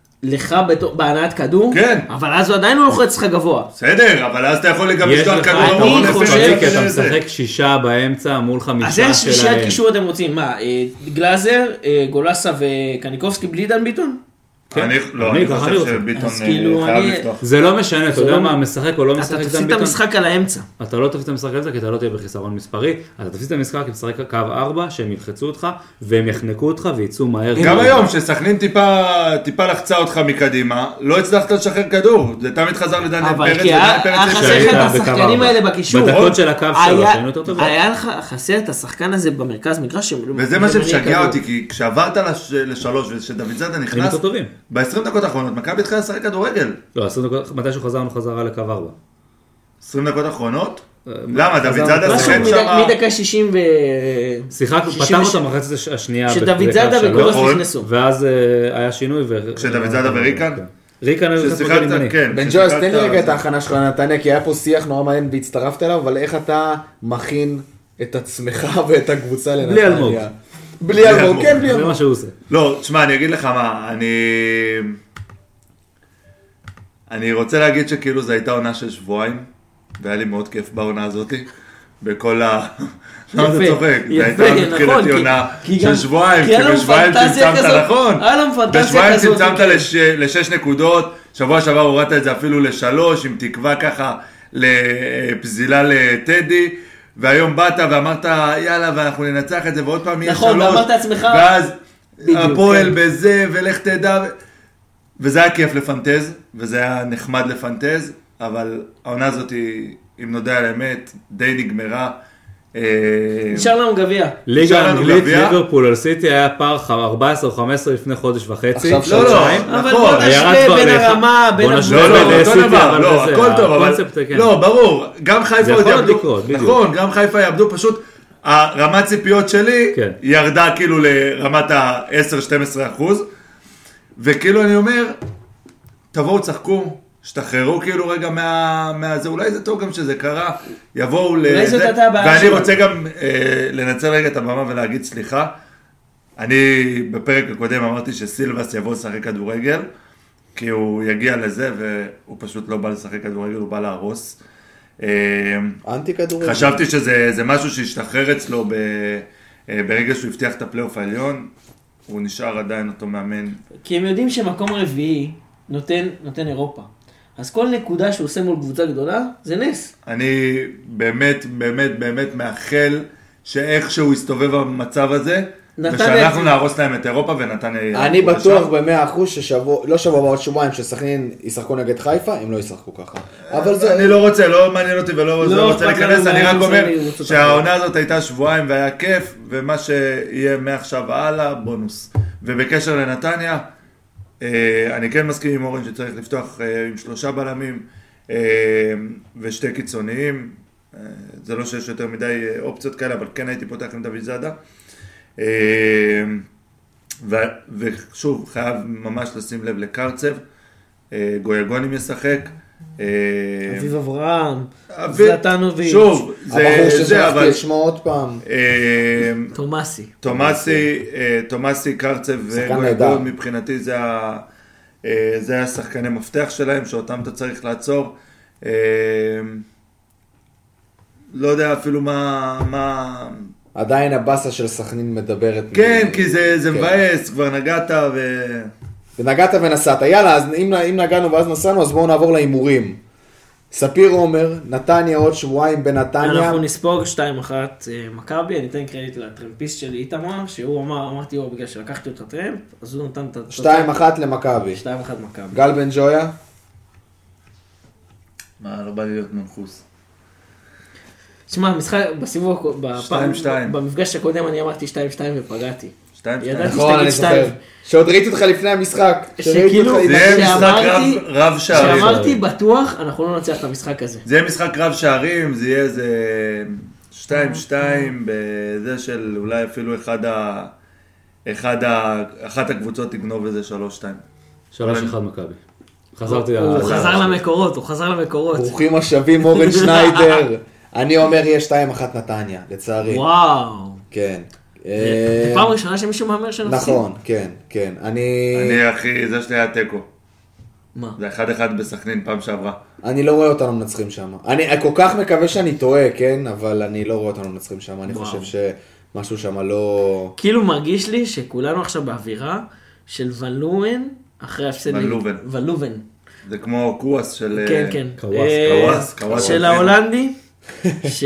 לך בתור- בהנעת כדור, כן. אבל אז הוא עדיין לא לוחץ לך גבוה. בסדר, אבל אז אתה יכול גם יש לשלוח לך כדור אני אחרון חושב- לפני כי אתה זה. משחק שישה באמצע מול אז חמישה איזה שלישיית שלהם. קישור אתם רוצים? מה, אה, גלאזר, אה, גולסה וקניקובסקי בלי דן ביטון? אני לא, אני אני ככה אני חושב רוצה. שביטון אז אה, כאילו, חייב אני- לפתוח. זה לא משנה, אתה יודע לא- מה, משחק או לא אתה משחק דן תפסיד את ביטון. המשחק על האמצע. אתה לא תפסיד את המשחק הזה כי אתה לא תהיה בחיסרון מספרי, אתה תפסיד את המשחק אם תשחק קו ארבע, שהם ילחצו אותך, והם יחנקו אותך ויצאו מהר. גם היום, שסכנין טיפה טיפה לחצה אותך מקדימה, לא הצלחת לשחרר כדור, זה תמיד חזר לדניאל אבל פרץ, כי ודניאל היה פרץ היה יש חסר שערים. לך את שהיית בקו השחקנים ארבע. האלה בקישור. בדקות של הקו שלוש, היה- היינו יותר טובים. היה לך חסר את השחקן הזה במרכז מגרש. שהם- וזה מה שמניע שמשגע כדור. אותי, כי כשעברת לש- לשלוש ושדוד זאדה היינו נכנס, יותר טובים. ב-עשרים דקות האחרונות, מכבי התחילה לשחק כדורגל. לא, עשרים דקות, מתישהו חזרנו חזרה לקו ארבע. עשרים דקות האחרונות? למה? דוד זאדה משהו שיחק מד- שם... מדקה שישים ו... שיחקנו, שישים פתחנו את ושש- המחצית הש- השנייה. שדוד בקו זאדה שלוש, וגולס נכון. נכנסו. ואז אה, היה שינוי. ו- כשדוד זאדה וריקן? כן. ריקן היה נכנס מגן ימני. ששיחקת, כן. בן כששיחקת- ג'ויס, תן לי רגע את ההכנה שלך לנתניה, כי היה פה שיח נורא מעניין והצטרפת אליו, אבל איך אתה מכין את עצמך ואת הקבוצה לנתניה? בלי אלמוג. בלי אלמוג, אלמוג. כן, בלי זה אלמוג. מה שהוא עושה. לא, תשמע, אני אגיד לך מה, אני... אני רוצה להגיד שכאילו זו הייתה עונה של שבועיים, והיה לי מאוד כיף בעונה הזאתי, בכל ה... למה אתה יפה, צוחק? זה יפה, הייתה נכון, מבחינתי כי- עונה כי של גם- שבועיים, כי היה כי לנו בשבועיים פנטזיה צמצמת כזאת, נכון, היה לנו פנטזיה בשבועיים כזאת, צמצמת כן. לש- לשש נקודות, שבוע שעבר הורדת את זה אפילו לשלוש, עם תקווה ככה לפזילה לטדי, והיום באת ואמרת יאללה ואנחנו ננצח את זה ועוד פעם יהיה שלוש, נכון, ואמרת לעצמך- ואז בדיוק, הפועל כן. בזה ולך תדע, ו- וזה היה כיף לפנטז, וזה היה נחמד לפנטז, אבל העונה הזאת, היא, אם נודע על האמת, די נגמרה. אה, נשאר לנו גביע. ליגה נשאר לנו אנגלית, גביע. ליברפול על סיטי היה פער ארבע עשרה או חמש עשרה לפני חודש וחצי. עכשיו לא, לא, חודשיים. אבל נכון. בוא היה נשווה רץ בין כבר הרמה, בין בוא נשווה לא, הקבוצות. לא, לסיטי, אותו דבר, אבל לא, זה, הכל טוב, אבל... הקונספט, כן. לא, ברור, גם חיפה זה עוד יכול עוד יאבדו, לקרות, בדיוק. נכון, גם חיפה יאבדו, פשוט הרמת ציפיות שלי כן. ירדה כאילו לרמת ה-עשר עד שתים עשרה אחוז, וכאילו אני אומר, תבואו תשחקו, שתחררו כאילו רגע מה... מהזה, אולי זה טוב גם שזה קרה, יבואו אולי זאת הייתה הבעיה ואני שלו. רוצה גם אה, לנצל רגע את הבמה ולהגיד סליחה, אני בפרק הקודם אמרתי שסילבס יבוא לשחק כדורגל, כי הוא יגיע לזה והוא פשוט לא בא לשחק כדורגל, הוא בא להרוס. אנטי כדורגל. חשבתי שזה זה משהו שהשתחרר אצלו ב, ברגע שהוא הבטיח את הפלייאוף העליון, הוא נשאר עדיין אותו מאמן. כי הם יודעים שמקום רביעי נותן, נותן אירופה. אז כל נקודה שהוא עושה מול קבוצה גדולה, זה נס. אני באמת, באמת, באמת מאחל שאיך שהוא יסתובב במצב הזה, ושאנחנו נהרוס להם את אירופה ונתניה... אני בטוח במאה אחוז ששבוע, לא שבוע בעוד שבועיים שסכנין ישחקו נגד חיפה, הם לא ישחקו ככה. אבל זה... אני לא רוצה, לא מעניין אותי ולא רוצה להיכנס, אני רק אומר שהעונה הזאת הייתה שבועיים והיה כיף, ומה שיהיה מעכשיו והלאה, בונוס. ובקשר לנתניה, אני כן מסכים עם אורן שצריך לפתוח עם שלושה בלמים ושתי קיצוניים. זה לא שיש יותר מדי אופציות כאלה, אבל כן הייתי פותח עם דוד זאדה. ושוב, חייב ממש לשים לב לקרצב, גויגונים ישחק. אביב אברהם, זלטנוביץ'. שוב, הבחור ששכחתי לשמוע עוד פעם. תומאסי. תומאסי, תומאסי, קרצב וגויגון, מבחינתי זה השחקני מפתח שלהם, שאותם אתה צריך לעצור. לא יודע אפילו מה... עדיין הבאסה של סכנין מדברת. כן, כי זה מבאס, כבר נגעת ו... ונגעת ונסעת. יאללה, אז אם נגענו ואז נסענו, אז בואו נעבור להימורים. ספיר אומר, נתניה עוד שבועיים בנתניה. אנחנו נספוג שתיים אחת מכבי, אני אתן קרדיט לטרמפיסט שלי איתמר, שהוא אמר, אמרתי לו בגלל שלקחתי אותו טרמפ, אז הוא נתן את... שתיים אחת למכבי. שתיים אחת מכבי. גל בן ג'ויה? מה, לא בא לי להיות מנחוס. תשמע, המשחק, בסיבוב, שתיים שתיים. במפגש הקודם אני אמרתי שתיים שתיים ופגעתי. שתיים שתיים. נכון, אני זוכר. שעוד ראיתי אותך לפני המשחק. שכאילו, זה יהיה משחק רב שערים. שאמרתי בטוח, אנחנו לא נצליח את המשחק הזה. זה יהיה משחק רב שערים, זה יהיה איזה שתיים שתיים, בזה של אולי אפילו אחד ה... אחד ה... אחת הקבוצות תגנוב איזה שלוש שתיים. שלוש אחד מכבי. חזרתי... הוא חזר למקורות, הוא חזר למקורות. ברוכים השבים אורן שניידר. אני אומר יהיה שתיים אחת נתניה, לצערי. וואו. כן. זה פעם ראשונה שמישהו מאמר שנפסיד. נכון, כן, כן. אני... אני אחי, זה שלי היה טקו. מה? זה אחד אחד בסכנין פעם שעברה. אני לא רואה אותנו מנצחים שם. אני כל כך מקווה שאני טועה, כן? אבל אני לא רואה אותנו מנצחים שם. אני חושב שמשהו שם לא... כאילו מרגיש לי שכולנו עכשיו באווירה של ולובן אחרי הפסד... ולובן. ולובן. זה כמו קוואס של... כן, כן. קוואס, קוואס. של ההולנדי. ש...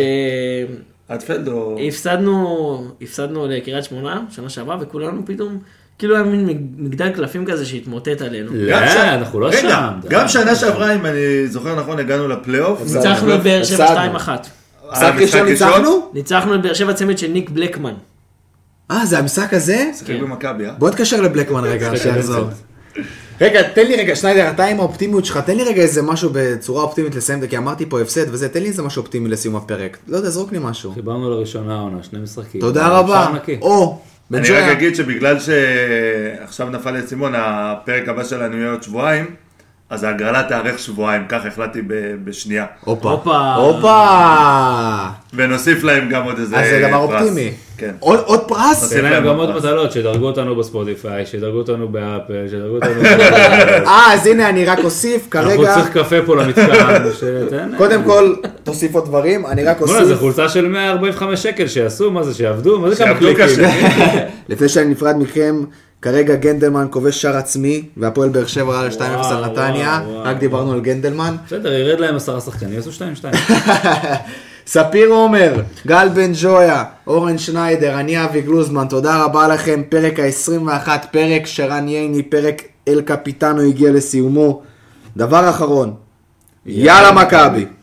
אטפלד או... הפסדנו, הפסדנו לקריית שמונה, שנה שעברה, וכולנו פתאום, כאילו היה מין מגדל קלפים כזה שהתמוטט עלינו. לא, אנחנו לא שם. רגע, גם שנה שעברה, אם אני זוכר נכון, הגענו לפלייאוף. ניצחנו את באר שבע שתיים אחת. משחק ראשון ניצחנו? ניצחנו את באר שבע צמד של ניק בלקמן. אה, זה המשחק הזה? שיחק במכבי, אה? בוא תקשר לבלקמן רגע, שיחזור. רגע, תן לי רגע, שניידר, אתה עם האופטימיות שלך, תן לי רגע איזה משהו בצורה אופטימית לסיים, כי אמרתי פה הפסד וזה, תן לי איזה משהו אופטימי לסיום הפרק. לא יודע, זרוק לי משהו. חיברנו לראשונה העונה, שני משחקים. תודה רבה. או, בן אני ג'ויה. רק אגיד שבגלל שעכשיו נפל לי סימון, הפרק הבא שלנו יהיה עוד שבועיים, אז ההגרלה תארך שבועיים, כך החלטתי בשנייה. הופה. הופה. הופה. ונוסיף להם גם עוד איזה אז זה דבר פרס. אופטימי. כן. עוד עוד פרס? נוסיף להם גם עוד פרס. מטלות, שדרגו אותנו בספוטיפיי, שדרגו אותנו באפל, שדרגו אותנו... אה, אז הנה אני רק אוסיף, אנחנו כרגע, צריך קפה פה למתקן. שתן- קודם כל, תוסיף עוד דברים, אני רק בוא'נה, אוסיף, זה חולצה של מאה ארבעים וחמישה שקל שיעשו, מה זה, שיעבדו? מה זה כמה שיעבדו קליקים? קשה. לפני שאני נפרד מכם, כרגע גנדלמן כובש שער עצמי, והפועל באר שבע עלה ל-שתיים אפס על וואו, נתניה, וואו, רק דיברנו על גנדלמן. בסדר, ירד להם עשרה שחקנים, יעשו שתיים שתיים. ספיר עומר, גל בן ג'ויה, אורן שניידר, אני אבי גלוזמן, תודה רבה לכם, פרק ה-עשרים ואחת, פרק שרן ייני, פרק אל קפיטנו הגיע לסיומו. דבר אחרון, יאללה מכבי.